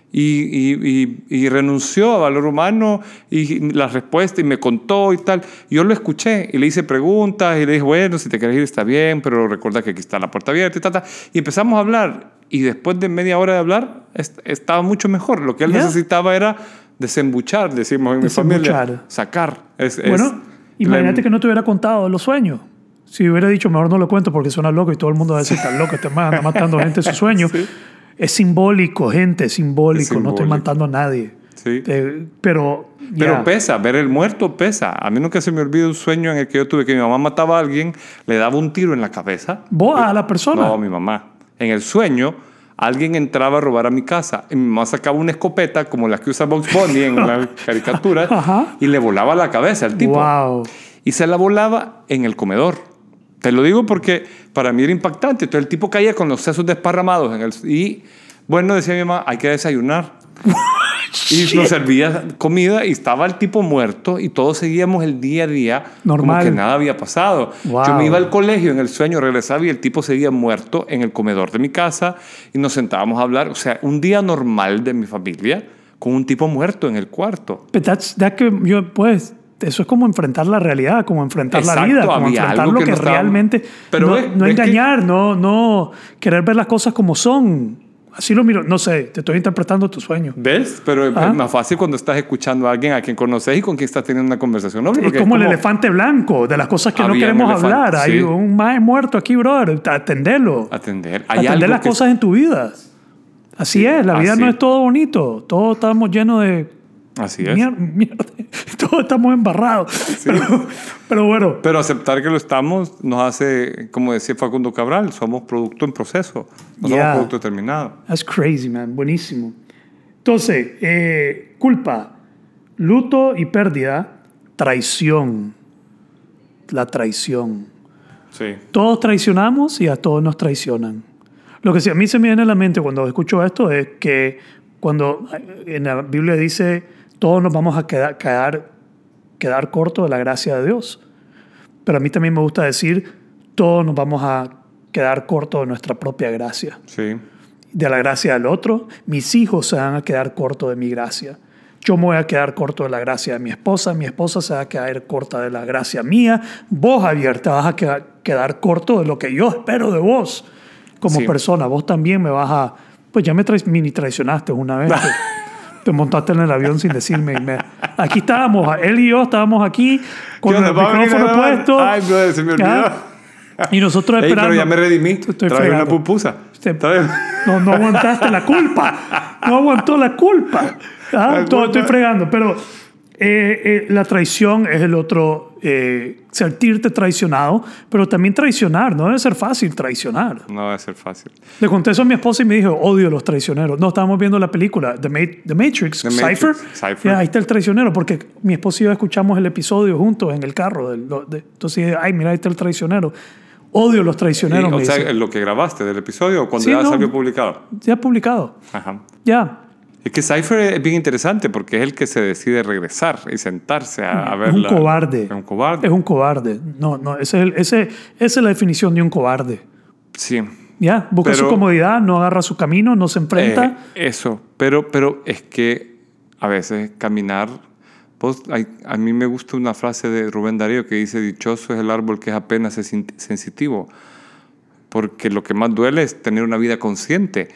Y renunció a valor humano y la respuesta y me contó y tal. Yo lo escuché y le hice preguntas y le dije, bueno, si te quieres ir está bien, pero recuerda que aquí está la puerta abierta y tal. Y empezamos a hablar y después de media hora de hablar estaba mucho mejor. Lo que él necesitaba era desembuchar, decimos en mi familia. Sacar. Bueno, imagínate que no te hubiera contado los sueños. Si hubiera dicho, mejor no lo cuento porque suena loco y todo el mundo va a decir, tan loco, este man anda matando gente en sus sueños. Sí. Es simbólico, gente, es simbólico. No estoy matando a nadie. Sí. Pero pesa, ver el muerto pesa. A mí nunca se me olvida un sueño en el que yo tuve que mi mamá mataba a alguien, le daba un tiro en la cabeza. ¿Vos a la persona? No, mi mamá. En el sueño, alguien entraba a robar a mi casa y mi mamá sacaba una escopeta como la que usa Bugs Bunny en la caricatura y le volaba la cabeza al tipo. Wow. Y se la volaba en el comedor. Te lo digo porque para mí era impactante. Entonces el tipo caía con los sesos desparramados. Y bueno, decía mi mamá, hay que desayunar. Y nos servía comida y estaba el tipo muerto y todos seguíamos el día a día normal, como que nada había pasado. Wow. Yo me iba al colegio en el sueño, regresaba y el tipo seguía muerto en el comedor de mi casa y nos sentábamos a hablar. O sea, un día normal de mi familia con un tipo muerto en el cuarto. Eso es como enfrentar la realidad, como enfrentar la vida, como enfrentar lo que realmente... Pero no engañar, no querer ver las cosas como son. Así lo miro. No sé, te estoy interpretando tu sueño. ¿Ves? Pero es más fácil cuando estás escuchando a alguien a quien conoces y con quien estás teniendo una conversación. ¿No? Es como el elefante blanco, de las cosas que no queremos hablar. Sí. Hay un mae muerto aquí, brother. Atenderlo. Atender las cosas en tu vida. Así es, la vida no es todo bonito. Todos estamos llenos de... Así es. Mierda. Todos estamos embarrados. Sí. Pero bueno. Pero aceptar que lo estamos nos hace, como decía Facundo Cabral, somos producto en proceso. No somos producto terminado. That's crazy, man. Buenísimo. Entonces, culpa, luto y pérdida, traición. La traición. Sí. Todos traicionamos y a todos nos traicionan. Lo que sí, a mí se me viene a la mente cuando escucho esto es que cuando en la Biblia dice todos nos vamos a quedar cortos de la gracia de Dios. Pero a mí también me gusta decir todos nos vamos a quedar cortos de nuestra propia gracia. Sí. De la gracia del otro. Mis hijos se van a quedar cortos de mi gracia. Yo me voy a quedar corto de la gracia de mi esposa se va a quedar corta de la gracia mía. Vos, Javier, te vas a quedar corto de lo que yo espero de vos como persona. Vos también me vas a Pues ya mini traicionaste una vez. Te montaste en el avión sin decirme. Aquí estábamos, él y yo estábamos aquí con el micrófono puesto. Ay, brother, se me olvidó. ¿Ya? Y nosotros Ey, esperando. pero ya me redimí. Estoy Traje una fregando. pupusa. No aguantaste la culpa. No aguantó la culpa. ¿Ah? Estoy fregando. Pero la traición es el otro, sentirte traicionado, pero también traicionar. No debe ser fácil traicionar. No va a ser fácil. Le conté eso a mi esposa y me dijo, odio a los traicioneros. No, estábamos viendo la película The Matrix, The Cypher. Cypher. Yeah, ahí está el traicionero, porque mi esposa y yo escuchamos el episodio juntos en el carro. Entonces, ay, mira, ahí está el traicionero. Odio a los traicioneros. O me sea, dice. lo que grabaste del episodio o cuando Sí, ya no. salió publicado. Ya publicado. Ajá. Ya. Es que Cypher es bien interesante porque es el que se decide regresar y sentarse a Es verla. un cobarde. Es un cobarde. Es un cobarde. No, esa es la definición de un cobarde. Sí. Ya, busca Pero- su comodidad, no agarra su camino, no se enfrenta. Eso. Pero es que a veces caminar... a mí me gusta una frase de Rubén Darío que dice: dichoso es el árbol que es apenas sensitivo. Porque lo que más duele es tener una vida consciente.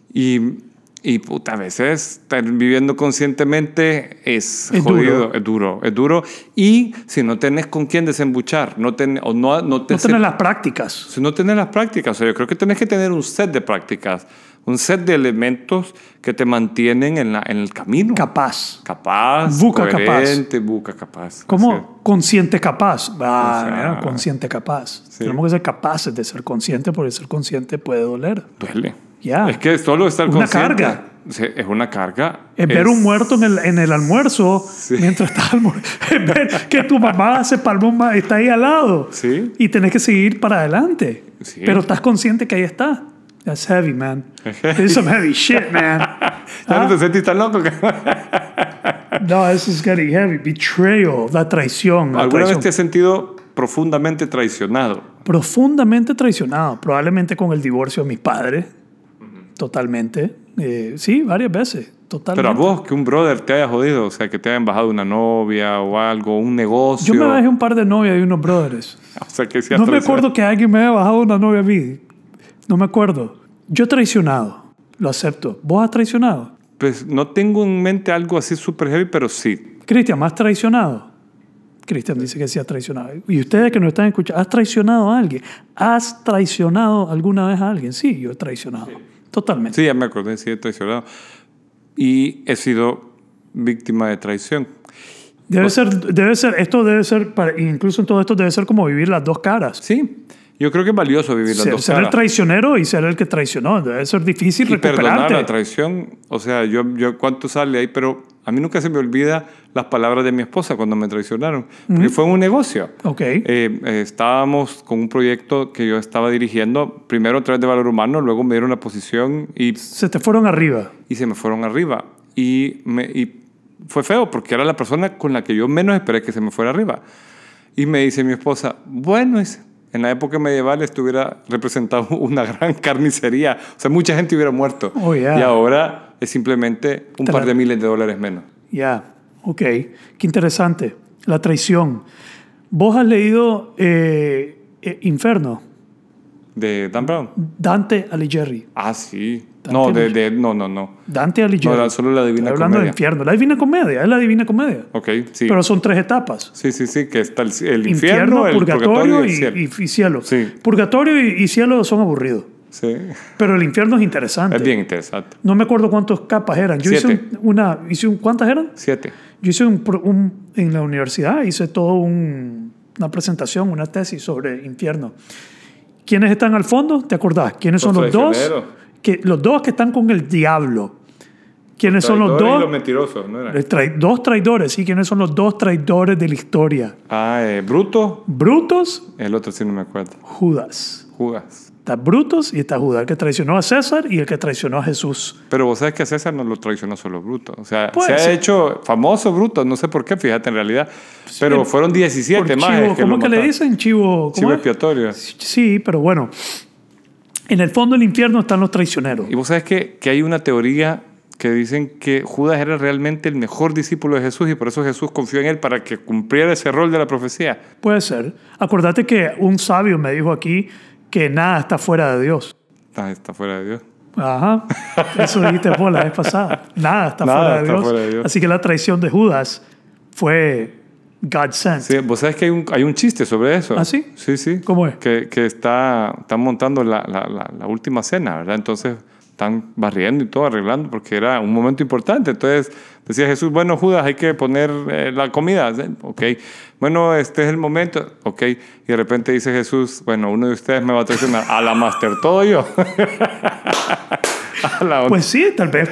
Y puta, a veces estar viviendo conscientemente es jodido, es duro. Y si no tenés con quién desembuchar, no tenés las prácticas. si no tenés las prácticas, o sea, yo creo que tenés que tener un set de prácticas, un set de elementos que te mantienen en el camino. Capaz. Buca capaz. ¿Cómo? Así Consciente capaz. sea, Consciente capaz. sí. Tenemos que ser capaces de ser conscientes porque ser consciente puede doler. duele. Ya. Es que solo estar Una consciente. carga. Sí, es una carga. Es ver un muerto en el almuerzo mientras estás almorzando. Es ver que tu mamá se palmó, está ahí al lado. Sí. Y tenés que seguir para adelante. Sí. Pero estás consciente que ahí está. That's heavy, man. It's some heavy shit, man. Ya no te sentís tan loco. No, this is getting heavy. Betrayal, la traición. La ¿Alguna vez traición. te has sentido profundamente traicionado? Profundamente traicionado. Probablemente con el divorcio de mis padres. Totalmente. Sí, varias veces. Totalmente. Pero a vos, que un brother te haya jodido, o sea, que te hayan bajado una novia o algo, un negocio. Yo me bajé un par de novias y unos brothers. O sea, que No me acuerdo que alguien me haya bajado una novia a mí. No me acuerdo. Yo he traicionado. Lo acepto. ¿Vos has traicionado? Pues no tengo en mente algo así súper heavy, pero sí. Cristian, ¿me has traicionado? Cristian dice que sí ha traicionado. Y ustedes que nos están escuchando, ¿has traicionado a alguien? ¿Has traicionado alguna vez a alguien? Sí, yo he traicionado. Totalmente. Sí, ya me acordé, sí he traicionado. Y he sido víctima de traición. Esto debe ser, incluso en todo esto debe ser como vivir las dos caras. Sí, yo creo que es valioso vivir las dos Ser caras. el traicionero y ser el que traicionó. Debe ser difícil Y perdonar recuperarte. la traición. O sea, yo cuánto sale ahí, pero a mí nunca se me olvida las palabras de mi esposa cuando me traicionaron. Porque fue un negocio. Ok. Estábamos con un proyecto que yo estaba dirigiendo, primero a través de Valor Humano, luego me dieron una posición y Se te fueron arriba. se me fueron arriba. Y fue feo porque era la persona con la que yo menos esperé que se me fuera arriba. Y me dice mi esposa, bueno, en la época medieval estuviera representado una gran carnicería. O sea, mucha gente hubiera muerto. Oh, yeah. Y ahora es simplemente un par de miles de dólares menos. Ya, ok. Qué interesante. La traición. ¿Vos has leído Inferno? ¿De Dan Brown? Dante Alighieri. Ah, sí. Dante No, Alighieri. no. Dante Alighieri. No, solo la Divina Estoy hablando Comedia. de Infierno. La Divina Comedia. Es la Divina Comedia. Ok, sí. Pero son 3 etapas. Sí, que está el infierno, el purgatorio y el cielo. y cielo. Sí. Purgatorio y cielo son aburridos. Sí. Pero el infierno es interesante. Es bien interesante. No me acuerdo cuántas capas eran. Yo 7. ¿Cuántas eran? 7. Yo hice en la universidad, hice todo una presentación, una tesis sobre infierno. ¿Quiénes están al fondo? ¿Te acordás? ¿Quiénes son los dos? Los dos que están con el diablo. ¿Quiénes son los dos? Y los mentirosos, ¿no era? Dos traidores, ¿sí? ¿Quiénes son los dos traidores de la historia? Bruto. Brutus, El otro sí no me acuerdo. Judas. Judas. Está Brutus y está Judas, el que traicionó a César y el que traicionó a Jesús. Pero vos sabes que a César no lo traicionó solo Bruto. O sea, Pues, se ha sí. hecho famoso Bruto, no sé por qué, fíjate en realidad. Pero fueron 17 Por más. chivo, ¿cómo es que le dicen? Chivo Chivo es? expiatorio. Sí, pero bueno. En el fondo del infierno están los traicioneros. Y vos sabes que hay una teoría que dicen que Judas era realmente el mejor discípulo de Jesús y por eso Jesús confió en él para que cumpliera ese rol de la profecía. Puede ser. Acordate que un sabio me dijo aquí que nada está fuera de Dios. Está fuera de Dios. Ajá. Eso dijiste vos la vez pasada. Nada está, Nada fuera, de está Dios. fuera de Dios. Así que la traición de Judas fue God sent. Sí, vos sabés que hay un chiste sobre eso. ¿Ah, sí? Sí, sí. ¿Cómo es? Que están montando la última cena, ¿verdad? Entonces están barriendo y todo, arreglando, porque era un momento importante. Entonces decía Jesús, bueno, Judas, hay que poner la comida. Ok. Bueno, este es el momento. Ok. Y de repente dice Jesús, bueno, uno de ustedes me va a traicionar. A la master, todo yo. Pues sí, tal vez.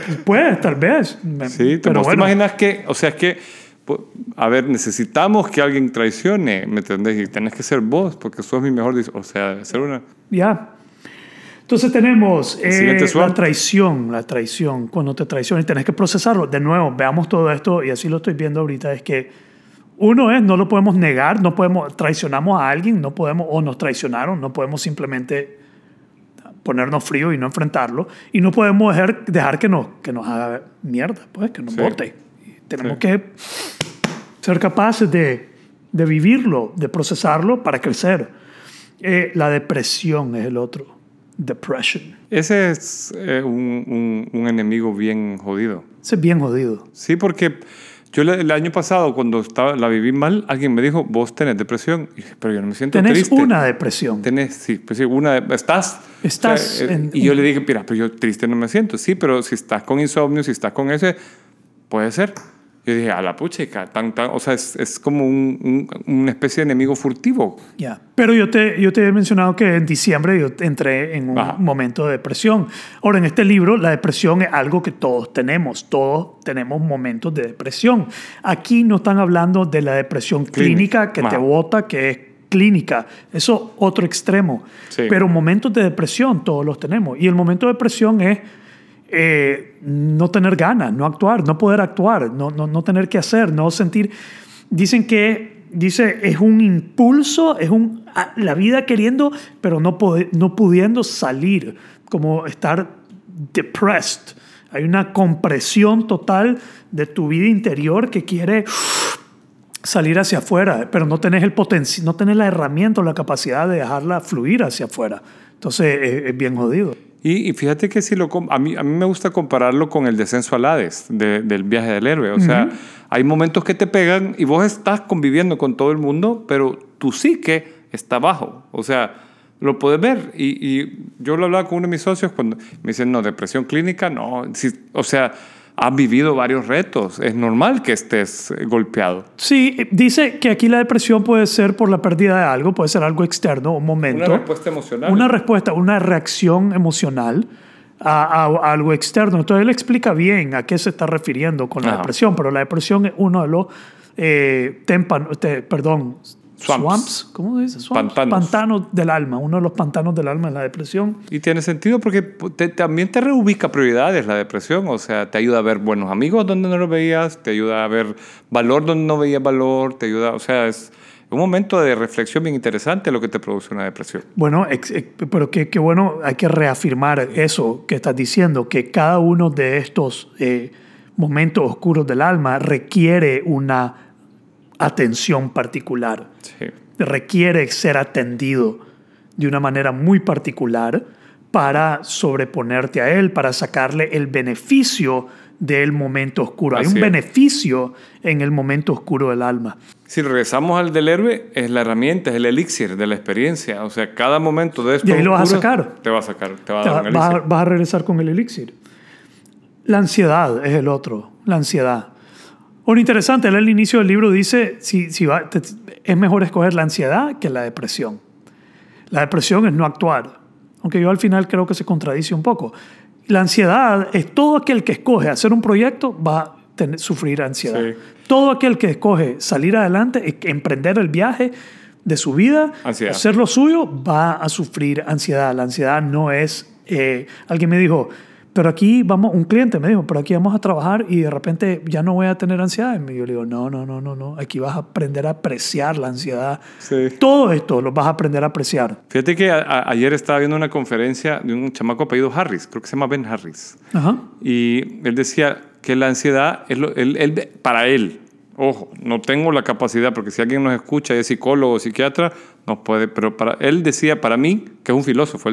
Sí, pero ¿vos te imaginas que, o sea, que, a ver, necesitamos que alguien traicione, ¿me entendés? Y tenés que ser vos, porque sos mi mejor, o sea, debe ser una... Ya. Entonces tenemos Siguiente la swap. traición, cuando te traicionan y tenés que procesarlo. De nuevo, veamos todo esto y así lo estoy viendo ahorita, es que uno es, no lo podemos negar, traicionamos a alguien, no podemos, o nos traicionaron, no podemos simplemente ponernos frío y no enfrentarlo, y no podemos dejar que nos haga mierda, pues, que nos Sí. bote. Y tenemos Sí. que ser capaces de vivirlo, de procesarlo para crecer. La depresión es el otro. Depression. Ese es un enemigo bien jodido. Ese es bien jodido. Sí, porque yo el año pasado, cuando la viví mal, alguien me dijo, vos tenés depresión. Y dije, pero yo no me siento Tenés triste. una depresión. Sí, pues sí, estás. Estás y yo le dije, mira, pero yo triste no me siento. Sí, pero si estás con insomnio, si estás con ese, puede ser. Yo dije, a la puchica, o sea, es como una especie de enemigo furtivo. Ya. Pero yo te he mencionado que en diciembre yo entré en un Ajá. momento de depresión. Ahora, en este libro, la depresión es algo que todos tenemos. Todos tenemos momentos de depresión. Aquí no están hablando de la depresión clínica que te Ajá. bota, que es clínica. Eso otro extremo. Sí. Pero momentos de depresión todos los tenemos. Y el momento de depresión es no tener ganas, no actuar, no poder actuar, no tener que hacer, no sentir. Dice, es un impulso, la vida queriendo, pero no pudiendo salir, como estar depressed. Hay una compresión total de tu vida interior que quiere salir hacia afuera, pero no tenés el potencial, no tenés la herramienta o la capacidad de dejarla fluir hacia afuera. Entonces es bien jodido. Y fíjate que a mí me gusta compararlo con el descenso al Hades del viaje del héroe. O sea, hay momentos que te pegan y vos estás conviviendo con todo el mundo, pero tu psique está abajo. O sea, lo puedes ver. Y yo lo hablaba con uno de mis socios cuando me dicen, no, depresión clínica, no. Sí, o sea, has vivido varios retos. Es normal que estés golpeado. Sí, dice que aquí la depresión puede ser por la pérdida de algo, puede ser algo externo, un momento. Una respuesta emocional. Una reacción emocional a algo externo. Entonces él explica bien a qué se está refiriendo con la Ajá. depresión, pero la depresión es uno de los swamps. ¿Cómo se dice? Swamps. Pantanos del alma. Uno de los pantanos del alma es la depresión. Y tiene sentido porque también te reubica prioridades la depresión. O sea, te ayuda a ver buenos amigos donde no los veías, te ayuda a ver valor donde no veías valor, te ayuda, o sea, es un momento de reflexión bien interesante lo que te produce una depresión. Bueno, pero qué bueno, hay que reafirmar eso que estás diciendo, que cada uno de estos momentos oscuros del alma requiere una atención particular. Sí. Requiere ser atendido de una manera muy particular para sobreponerte a él, para sacarle el beneficio del momento oscuro. Hay Así un es. beneficio en el momento oscuro del alma. Si regresamos al del héroe, es la herramienta, es el elixir de la experiencia. O sea, cada momento de estos Y ahí lo vas a oscuros sacar. Te va a sacar, te va a dar un Vas elixir. a regresar con el elixir. La ansiedad es el otro, la ansiedad. Bueno, interesante, él al inicio del libro dice, es mejor escoger la ansiedad que la depresión. La depresión es no actuar, aunque yo al final creo que se contradice un poco. La ansiedad es todo aquel que escoge hacer un proyecto va a sufrir ansiedad. Sí. Todo aquel que escoge salir adelante, emprender el viaje de su vida, Ansiedad. hacer lo suyo, va a sufrir ansiedad. La ansiedad no es... alguien me dijo, pero aquí un cliente me dijo, pero aquí vamos a trabajar y de repente ya no voy a tener ansiedad. Y yo le digo, no, aquí vas a aprender a apreciar la ansiedad. Sí. Todo esto lo vas a aprender a apreciar. Fíjate que ayer estaba viendo una conferencia de un chamaco apellido Harris, creo que se llama Ben Harris. Ajá. Y él decía que la ansiedad, para él, Ojo, no tengo la capacidad, porque si alguien nos escucha y es psicólogo o psiquiatra, nos puede, pero él decía, para mí, que es un filósofo,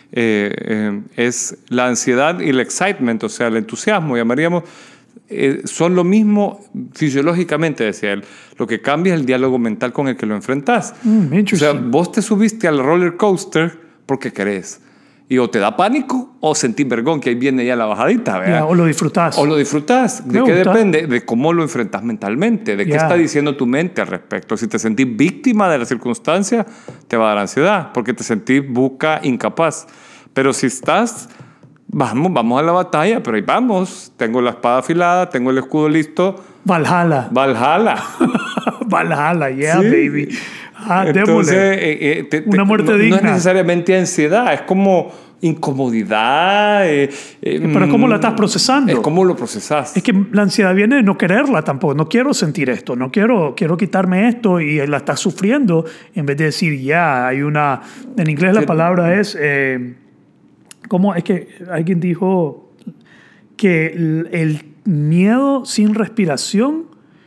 es la ansiedad y el excitement, o sea, el entusiasmo, llamaríamos, son lo mismo fisiológicamente, decía él. Lo que cambia es el diálogo mental con el que lo enfrentas. O sea, vos te subiste al roller coaster porque querés. Y o te da pánico o sentís vergón, que ahí viene ya la bajadita. Yeah, o lo disfrutás. O lo disfrutás. ¿De qué depende? De cómo lo enfrentas mentalmente, de qué está diciendo tu mente al respecto. Si te sentís víctima de la circunstancia, te va a dar ansiedad, porque te sentís incapaz. Pero si estás, vamos a la batalla, pero ahí vamos. Tengo la espada afilada, tengo el escudo listo. Valhalla. Valhalla, yeah, sí. Baby. Entonces, una muerte digna. No es necesariamente ansiedad, es como incomodidad. Pero es como la estás procesando. Es como lo procesas. Es que la ansiedad viene de no quererla tampoco. No quiero sentir esto, quiero quitarme esto, y la estás sufriendo en vez de decir, hay una... En inglés la palabra es... ¿Cómo? Es que alguien dijo que el miedo sin respiración,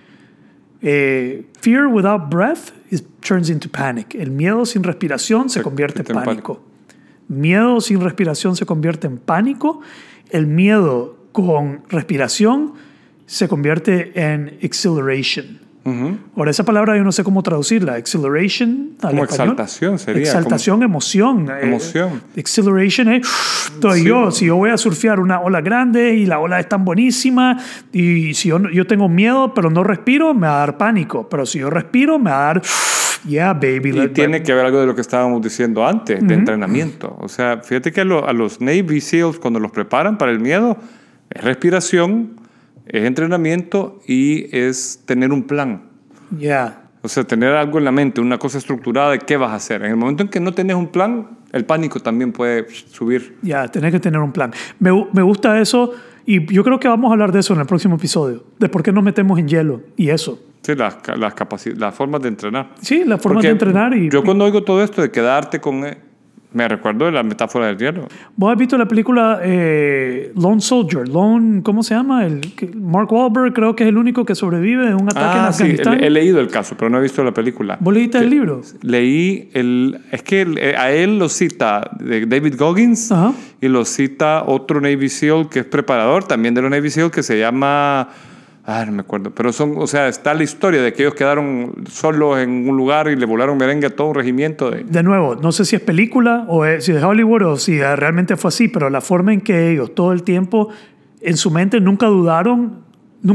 fear without breath turns into panic. El miedo sin respiración se convierte en pánico. Miedo sin respiración se convierte en pánico. El miedo con respiración se convierte en exhilaration. Ahora, esa palabra yo no sé cómo traducirla. Exhilaration al como español. Exaltación sería. Exaltación, como emoción. Emoción. Exhilaration es... si yo voy a surfear una ola grande y la ola es tan buenísima, y si yo tengo miedo pero no respiro, me va a dar pánico. Pero si yo respiro, me va a dar... Yeah, baby. Y tiene que ver algo de lo que estábamos diciendo antes, de entrenamiento. O sea, fíjate que a los Navy SEALs, cuando los preparan para el miedo, es respiración, es entrenamiento y es tener un plan. O sea, tener algo en la mente, una cosa estructurada de qué vas a hacer. En el momento en que no tenés un plan, el pánico también puede subir. Tenés que tener un plan. Me gusta eso, y yo creo que vamos a hablar de eso en el próximo episodio, de por qué nos metemos en hielo y eso. Sí, las formas de entrenar. Sí, las formas de entrenar. Yo cuando oigo todo esto de quedarte con... me recuerdo de la metáfora del hielo. ¿Vos has visto la película Lone Soldier? ¿Cómo se llama? Mark Wahlberg creo que es el único que sobrevive de un ataque en Afganistán. Sí, he leído el caso, pero no he visto la película. ¿Vos leíste el libro? Leí es que a él lo cita David Goggins. Ajá. Y lo cita otro Navy SEAL que es preparador también de los Navy SEAL, que se llama... no me acuerdo, pero está la historia de que ellos quedaron solos en un lugar y le volaron merengue a todo un regimiento. De nuevo, no sé si es película o si es Hollywood o si realmente fue así, pero la forma en que ellos todo el tiempo en su mente nunca dudaron,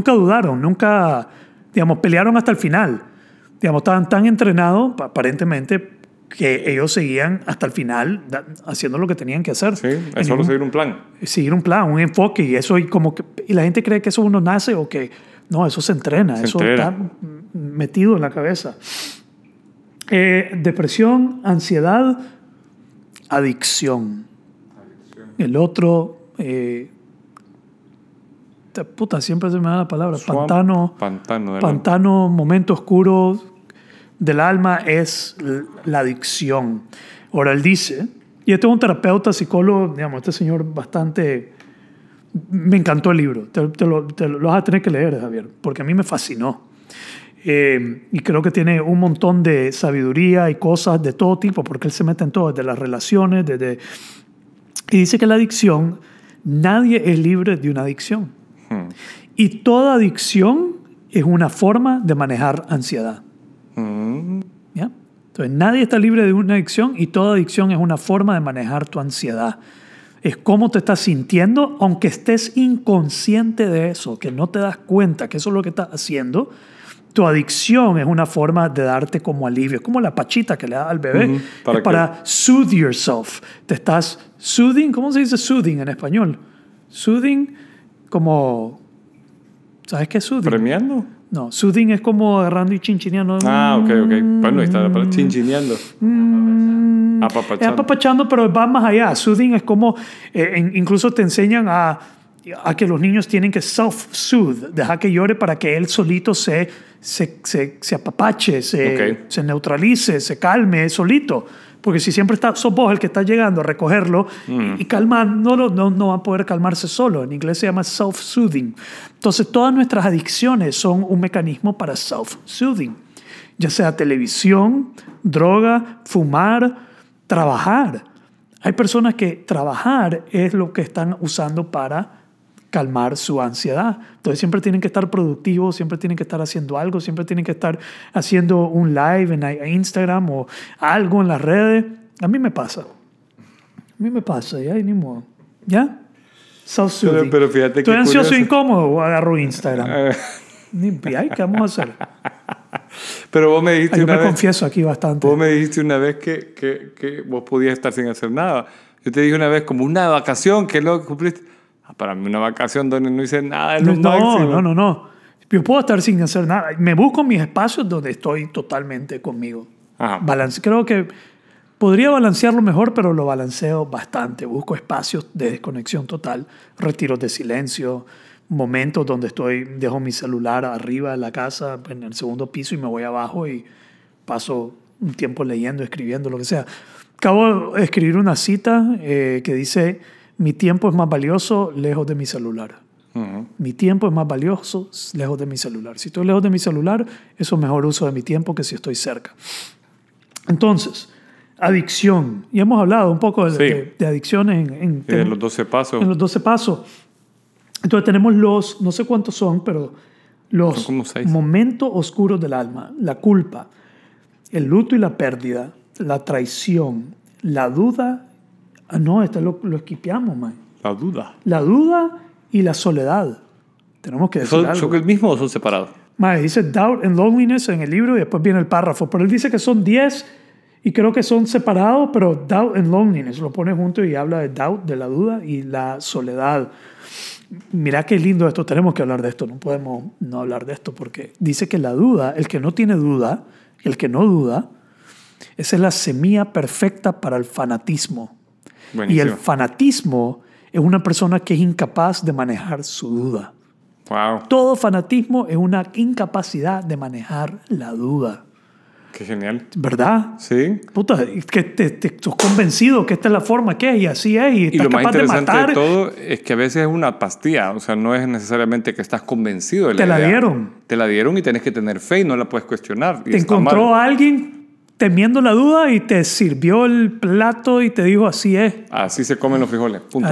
digamos, pelearon hasta el final. Digamos, estaban tan entrenados, aparentemente, que ellos seguían hasta el final haciendo lo que tenían que hacer. Sí, es solo seguir un plan. Seguir un plan, un enfoque, y la gente cree que eso uno nace o que... No, eso se entrena, está metido en la cabeza. Depresión, ansiedad, adicción. El otro... siempre se me da la palabra. Pantano, momento oscuro del alma es la adicción. Ahora él dice, y este es un terapeuta, psicólogo, digamos, este señor bastante... Me encantó el libro, te lo vas a tener que leer, Javier, porque a mí me fascinó. Y creo que tiene un montón de sabiduría y cosas de todo tipo, porque él se mete en todo, desde las relaciones, y dice que la adicción, nadie es libre de una adicción. Y toda adicción es una forma de manejar ansiedad. ¿Ya? Entonces, nadie está libre de una adicción, y toda adicción es una forma de manejar tu ansiedad. Es cómo te estás sintiendo, aunque estés inconsciente de eso, que no te das cuenta que eso es lo que estás haciendo. Tu adicción es una forma de darte como alivio. Es como la pachita que le das al bebé. Para soothe yourself. Te estás soothing. ¿Cómo se dice soothing en español? Soothing como... ¿Sabes qué es soothing? ¿Premiando? No, soothing es como agarrando y chinchineando. Ok. Bueno, ahí está la palabra chinchineando. Apapachando, pero va más allá. Soothing es como... incluso te enseñan a que los niños tienen que self-soothe. Dejar que llore para que él solito se apapache, se neutralice, se calme solito. Porque si siempre sos vos el que está llegando a recogerlo y calmar, no va a poder calmarse solo. En inglés se llama self-soothing. Entonces, todas nuestras adicciones son un mecanismo para self-soothing. Ya sea televisión, droga, fumar, trabajar. Hay personas que trabajar es lo que están usando para calmar su ansiedad. Entonces siempre tienen que estar productivos, siempre tienen que estar haciendo algo, siempre tienen que estar haciendo un live en Instagram o algo en las redes. A mí me pasa, ya ni modo. ¿Ya? Self-soothing. Pero fíjate ¿Estoy qué ansioso e curioso. incómodo o agarro Instagram? ¿Qué vamos a hacer? Pero vos me dijiste Yo una me vez... confieso aquí bastante. Vos me dijiste una vez que vos podías estar sin hacer nada. Yo te dije una vez como una vacación que lo cumpliste. Para mí una vacación donde no hice nada es lo máximo. No. Yo puedo estar sin hacer nada. Me busco mis espacios donde estoy totalmente conmigo. Ajá. Creo que podría balancearlo mejor, pero lo balanceo bastante. Busco espacios de desconexión total, retiros de silencio, momentos donde dejo mi celular arriba de la casa, en el segundo piso, y me voy abajo y paso un tiempo leyendo, escribiendo, lo que sea. Acabo de escribir una cita que dice: mi tiempo es más valioso lejos de mi celular. Mi tiempo es más valioso lejos de mi celular. Si estoy lejos de mi celular, eso es mejor uso de mi tiempo que si estoy cerca. Entonces, adicción. Y hemos hablado un poco de adicciones en los 12 pasos. En los 12 pasos. Entonces tenemos no sé cuántos son, pero los como 6. Momentos oscuros del alma. La culpa, el luto y la pérdida, la traición, la duda. No, este lo esquipeamos, man. La duda. La duda y la soledad. Tenemos que decir algo. ¿Son el mismo o son separados? Mae, dice doubt and loneliness en el libro y después viene el párrafo. Pero él dice que son 10 y creo que son separados, pero doubt and loneliness lo pone junto y habla de doubt, de la duda y la soledad. Mira qué lindo esto. Tenemos que hablar de esto. No podemos no hablar de esto porque dice que la duda, el que no tiene duda, el que no duda, esa es la semilla perfecta para el fanatismo. Buenísimo. Y el fanatismo es una persona que es incapaz de manejar su duda. Wow. Todo fanatismo es una incapacidad de manejar la duda. Qué genial. ¿Verdad? Sí. Puta, que te sos convencido que esta es la forma que es y así es y estás lo más capaz de interesante matar. de todo es que a veces es una pastilla. O sea, no es necesariamente que estás convencido de la idea. Te la dieron. Te la dieron y tenés que tener fe y no la puedes cuestionar. Y Te está encontró mal. a alguien temiendo la duda y te sirvió el plato y te dijo así es. Así se comen los frijoles. Punto.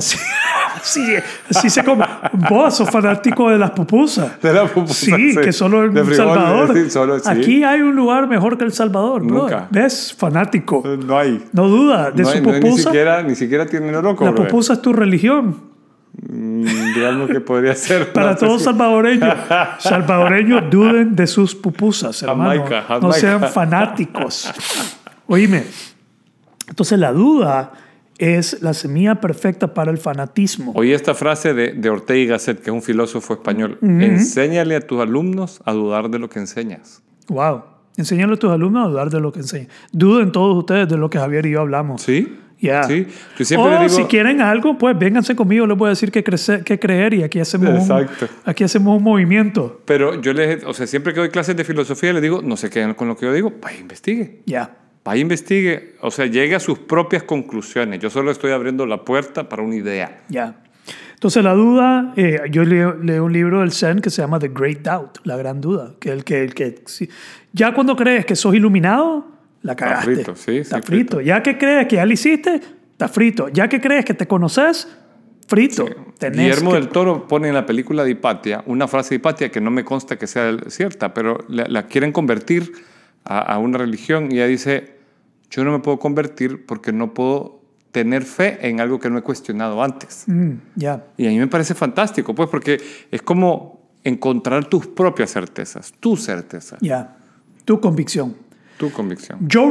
Así se come. Vos sos fanático de las pupusas. De la pupusa, Sí, que solo en de El frijoles, Salvador. sí, solo, sí. Aquí hay un lugar mejor que El Salvador, bro. Nunca. ¿Ves? Fanático. No hay. No duda de No su hay, no hay, pupusa. ni siquiera tiene el loco. La brother. pupusa es tu religión. Digamos que podría ser. Para no sé todos si- salvadoreños duden de sus pupusas, hermano. Jamaica. No sean fanáticos. Oíme, entonces la duda es la semilla perfecta para el fanatismo. Oí esta frase de Ortega y Gasset, que es un filósofo español. Enséñale a tus alumnos a dudar de lo que enseñas. Wow. Enséñale a tus alumnos a dudar de lo que enseñan. Duden todos ustedes de lo que Javier y yo hablamos. ¿Sí? Ya. Sí. Yo siempre le O digo... si quieren algo, pues vénganse conmigo, les voy a decir qué creer y aquí hacemos, Exacto. aquí hacemos un movimiento. Pero yo siempre que doy clases de filosofía, les digo, no se queden con lo que yo digo, vaya, investigue. Ya. Vaya, investigue. O sea, llegue a sus propias conclusiones. Yo solo estoy abriendo la puerta para una idea. Ya. Entonces la duda, yo leo un libro del Zen que se llama The Great Doubt, la gran duda. Sí. Ya cuando crees que sos iluminado, la cagaste. Está frito, sí. Está frito. Ya que crees que ya lo hiciste, está frito. Ya que crees que te conoces, frito. Sí. Tenés Guillermo que- del Toro pone en la película de Hipatia una frase de Hipatia que no me consta que sea cierta, pero la quieren convertir a una religión y ella dice, yo no me puedo convertir porque no puedo tener fe en algo que no he cuestionado antes. Ya. Y a mí me parece fantástico, pues, porque es como encontrar tus propias certezas, tu certeza, Ya. Tu convicción. tu convicción. Joe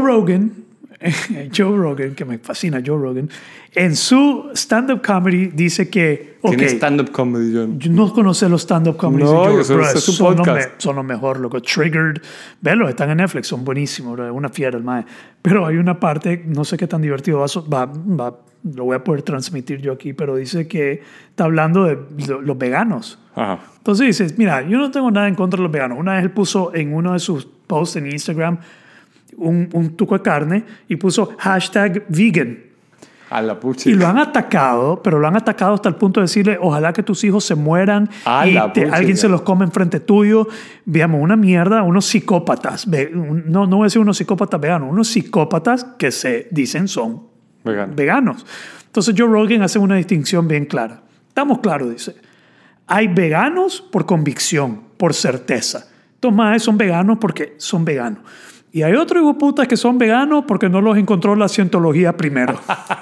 Rogan, que me fascina Joe Rogan, en su stand-up comedy dice que... Tiene Okay, stand-up comedy, John. yo no conoce los stand-up comedies No, de Joe, eso bro, es su son podcast. son lo mejor, loco. Triggered, velos, están en Netflix, son buenísimos, bro, es una fiera el mae. Pero hay una parte, no sé qué tan divertido lo voy a poder transmitir yo aquí, pero dice que está hablando de los veganos. Ajá. Entonces dices, mira, yo no tengo nada en contra de los veganos. Una vez él puso en uno de sus posts en Instagram un tuco de carne y puso #vegan. A la pucha. Y lo han atacado, pero lo han atacado hasta el punto de decirle, ojalá que tus hijos se mueran A y la pucha. alguien se los come enfrente tuyo. Veamos, una mierda, unos psicópatas. No voy a decir unos psicópatas veganos, unos psicópatas que se dicen son Vegano. veganos. Entonces Joe Rogan hace una distinción bien clara. Estamos claros, dice. Hay veganos por convicción, por certeza. Estos maes son veganos porque son veganos. Y hay otros hijueputas que son veganos porque no los encontró la cientología primero.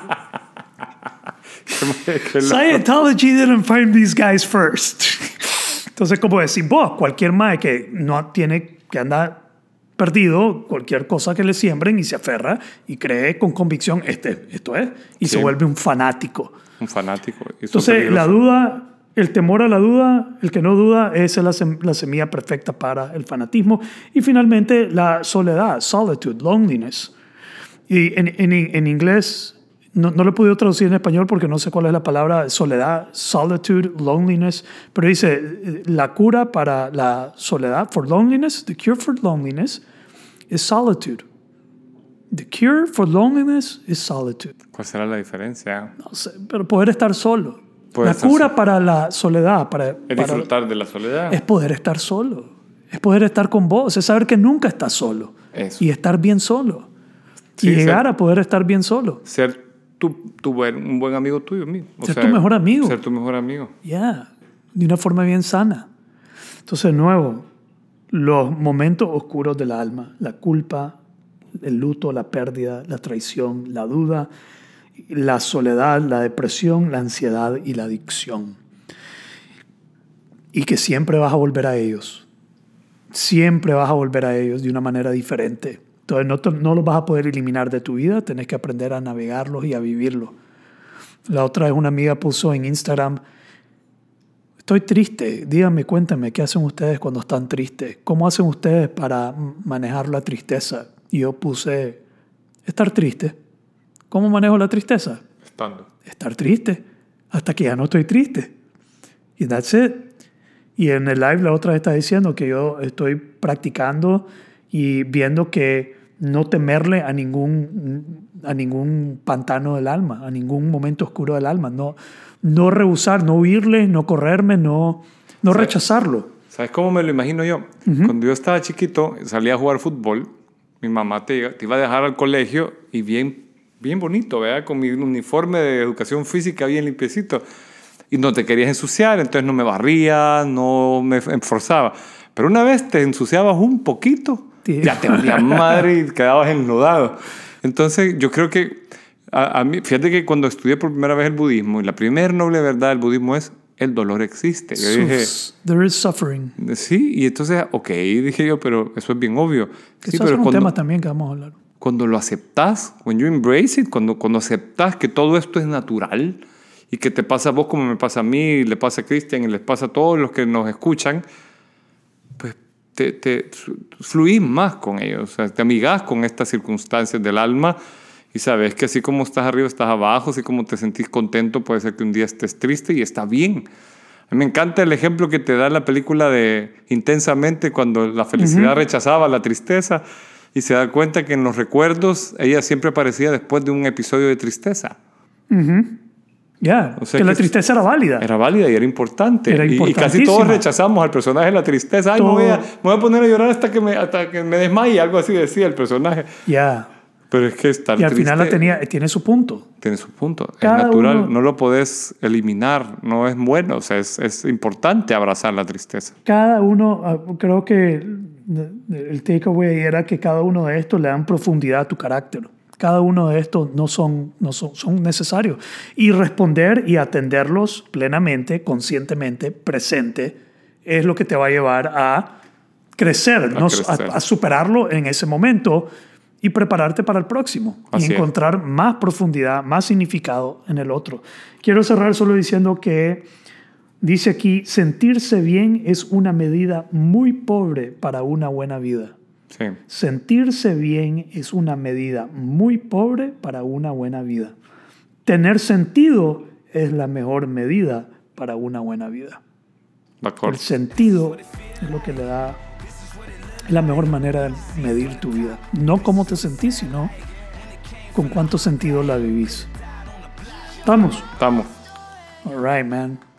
Qué loco. Scientology didn't find these guys first. Entonces, como decís vos, cualquier mae que no tiene, que anda perdido, cualquier cosa que le siembren y se aferra y cree con convicción, esto es, y Sí. se vuelve un fanático. Un fanático. Y eso es Entonces, peligroso. la duda, el temor a la duda, el que no duda, es la semilla perfecta para el fanatismo. Y finalmente, la soledad, solitude, loneliness. Y en inglés, no lo he podido traducir en español porque no sé cuál es la palabra soledad, solitude, loneliness. Pero dice, la cura para la soledad, for loneliness, the cure for loneliness is solitude. The cure for loneliness is solitude. ¿Cuál será la diferencia? No sé, pero poder estar solo. Poder La estar cura solo. para la soledad, Es disfrutar de la soledad. es poder estar solo. Es poder estar con vos. Es saber que nunca estás solo. Eso. Y estar bien solo. Sí, y llegar ser- a poder estar bien solo. Ser un buen amigo tuyo mismo. O Ser tu mejor amigo. Ser tu mejor amigo. Ya. De una forma bien sana. Entonces, de nuevo, los momentos oscuros del alma, la culpa, el luto, la pérdida, la traición, la duda, la soledad, la depresión, la ansiedad y la adicción. Y que siempre vas a volver a ellos. Siempre vas a volver a ellos de una manera diferente. Entonces no los vas a poder eliminar de tu vida, tenés que aprender a navegarlos y a vivirlos. La otra vez una amiga puso en Instagram, estoy triste, díganme, cuéntenme, ¿qué hacen ustedes cuando están tristes? ¿Cómo hacen ustedes para manejar la tristeza? Y yo puse, estar triste. ¿Cómo manejo la tristeza? Estando. Estar triste, hasta que ya no estoy triste. Y that's it. Y en el live la otra vez estaba diciendo que yo estoy practicando y viendo que no temerle a ningún pantano del alma, a ningún momento oscuro del alma. No rehusar, no huirle, no correrme, no rechazarlo. ¿Sabes cómo me lo imagino yo? Cuando yo estaba chiquito, salía a jugar fútbol, mi mamá te iba a dejar al colegio y bien bonito, ¿verdad? Con mi uniforme de educación física bien limpiecito. Y no te querías ensuciar, entonces no me barría, no me esforzaba. Pero una vez te ensuciabas un poquito, Sí. ya te valía madre y quedabas enlodado. Entonces yo creo que a mí, fíjate que cuando estudié por primera vez el budismo, y la primera noble verdad del budismo es el dolor existe. Yo dije, There is suffering. sí, y entonces, ok, dije yo, pero eso es bien obvio. Que Sí, eso es pero un tema también que vamos a hablar. cuando lo aceptas, when you embrace it, cuando aceptas que todo esto es natural y que te pasa a vos como me pasa a mí, le pasa a Cristian y les pasa a todos los que nos escuchan, pues te fluís más con ellos, o sea, te amigás con estas circunstancias del alma y sabes que así como estás arriba, estás abajo, así como te sentís contento, puede ser que un día estés triste y está bien. A mí me encanta el ejemplo que te da la película de Intensamente, cuando la felicidad rechazaba la tristeza y se da cuenta que en los recuerdos ella siempre aparecía después de un episodio de tristeza. Ya, O sea que la que tristeza era válida. Era válida y era importante. Era Y casi importantísima. todos rechazamos al personaje de la tristeza. Ay, Todo. me voy a poner a llorar hasta que me desmaye, algo así decía el personaje. Ya. Pero es que estar Y al triste final tiene su punto. tiene su punto. Cada es natural, uno- no lo podés eliminar, no es bueno. O sea, es importante abrazar la tristeza. Cada uno, creo que el takeaway era que cada uno de estos le dan profundidad a tu carácter. Cada uno de estos son necesarios. Y responder y atenderlos plenamente, conscientemente, presente, es lo que te va a llevar a crecer, crecer. a superarlo en ese momento y prepararte para el próximo. Así y es. encontrar más profundidad, más significado en el otro. Quiero cerrar solo diciendo que dice aquí, sentirse bien es una medida muy pobre para una buena vida. Sí. Sentirse bien es una medida muy pobre para una buena vida. Tener sentido es la mejor medida para una buena vida. De acuerdo. El sentido es lo que le da Es la mejor manera de medir tu vida. No cómo te sentís, sino con cuánto sentido la vivís. ¿Estamos? Estamos. All right, man.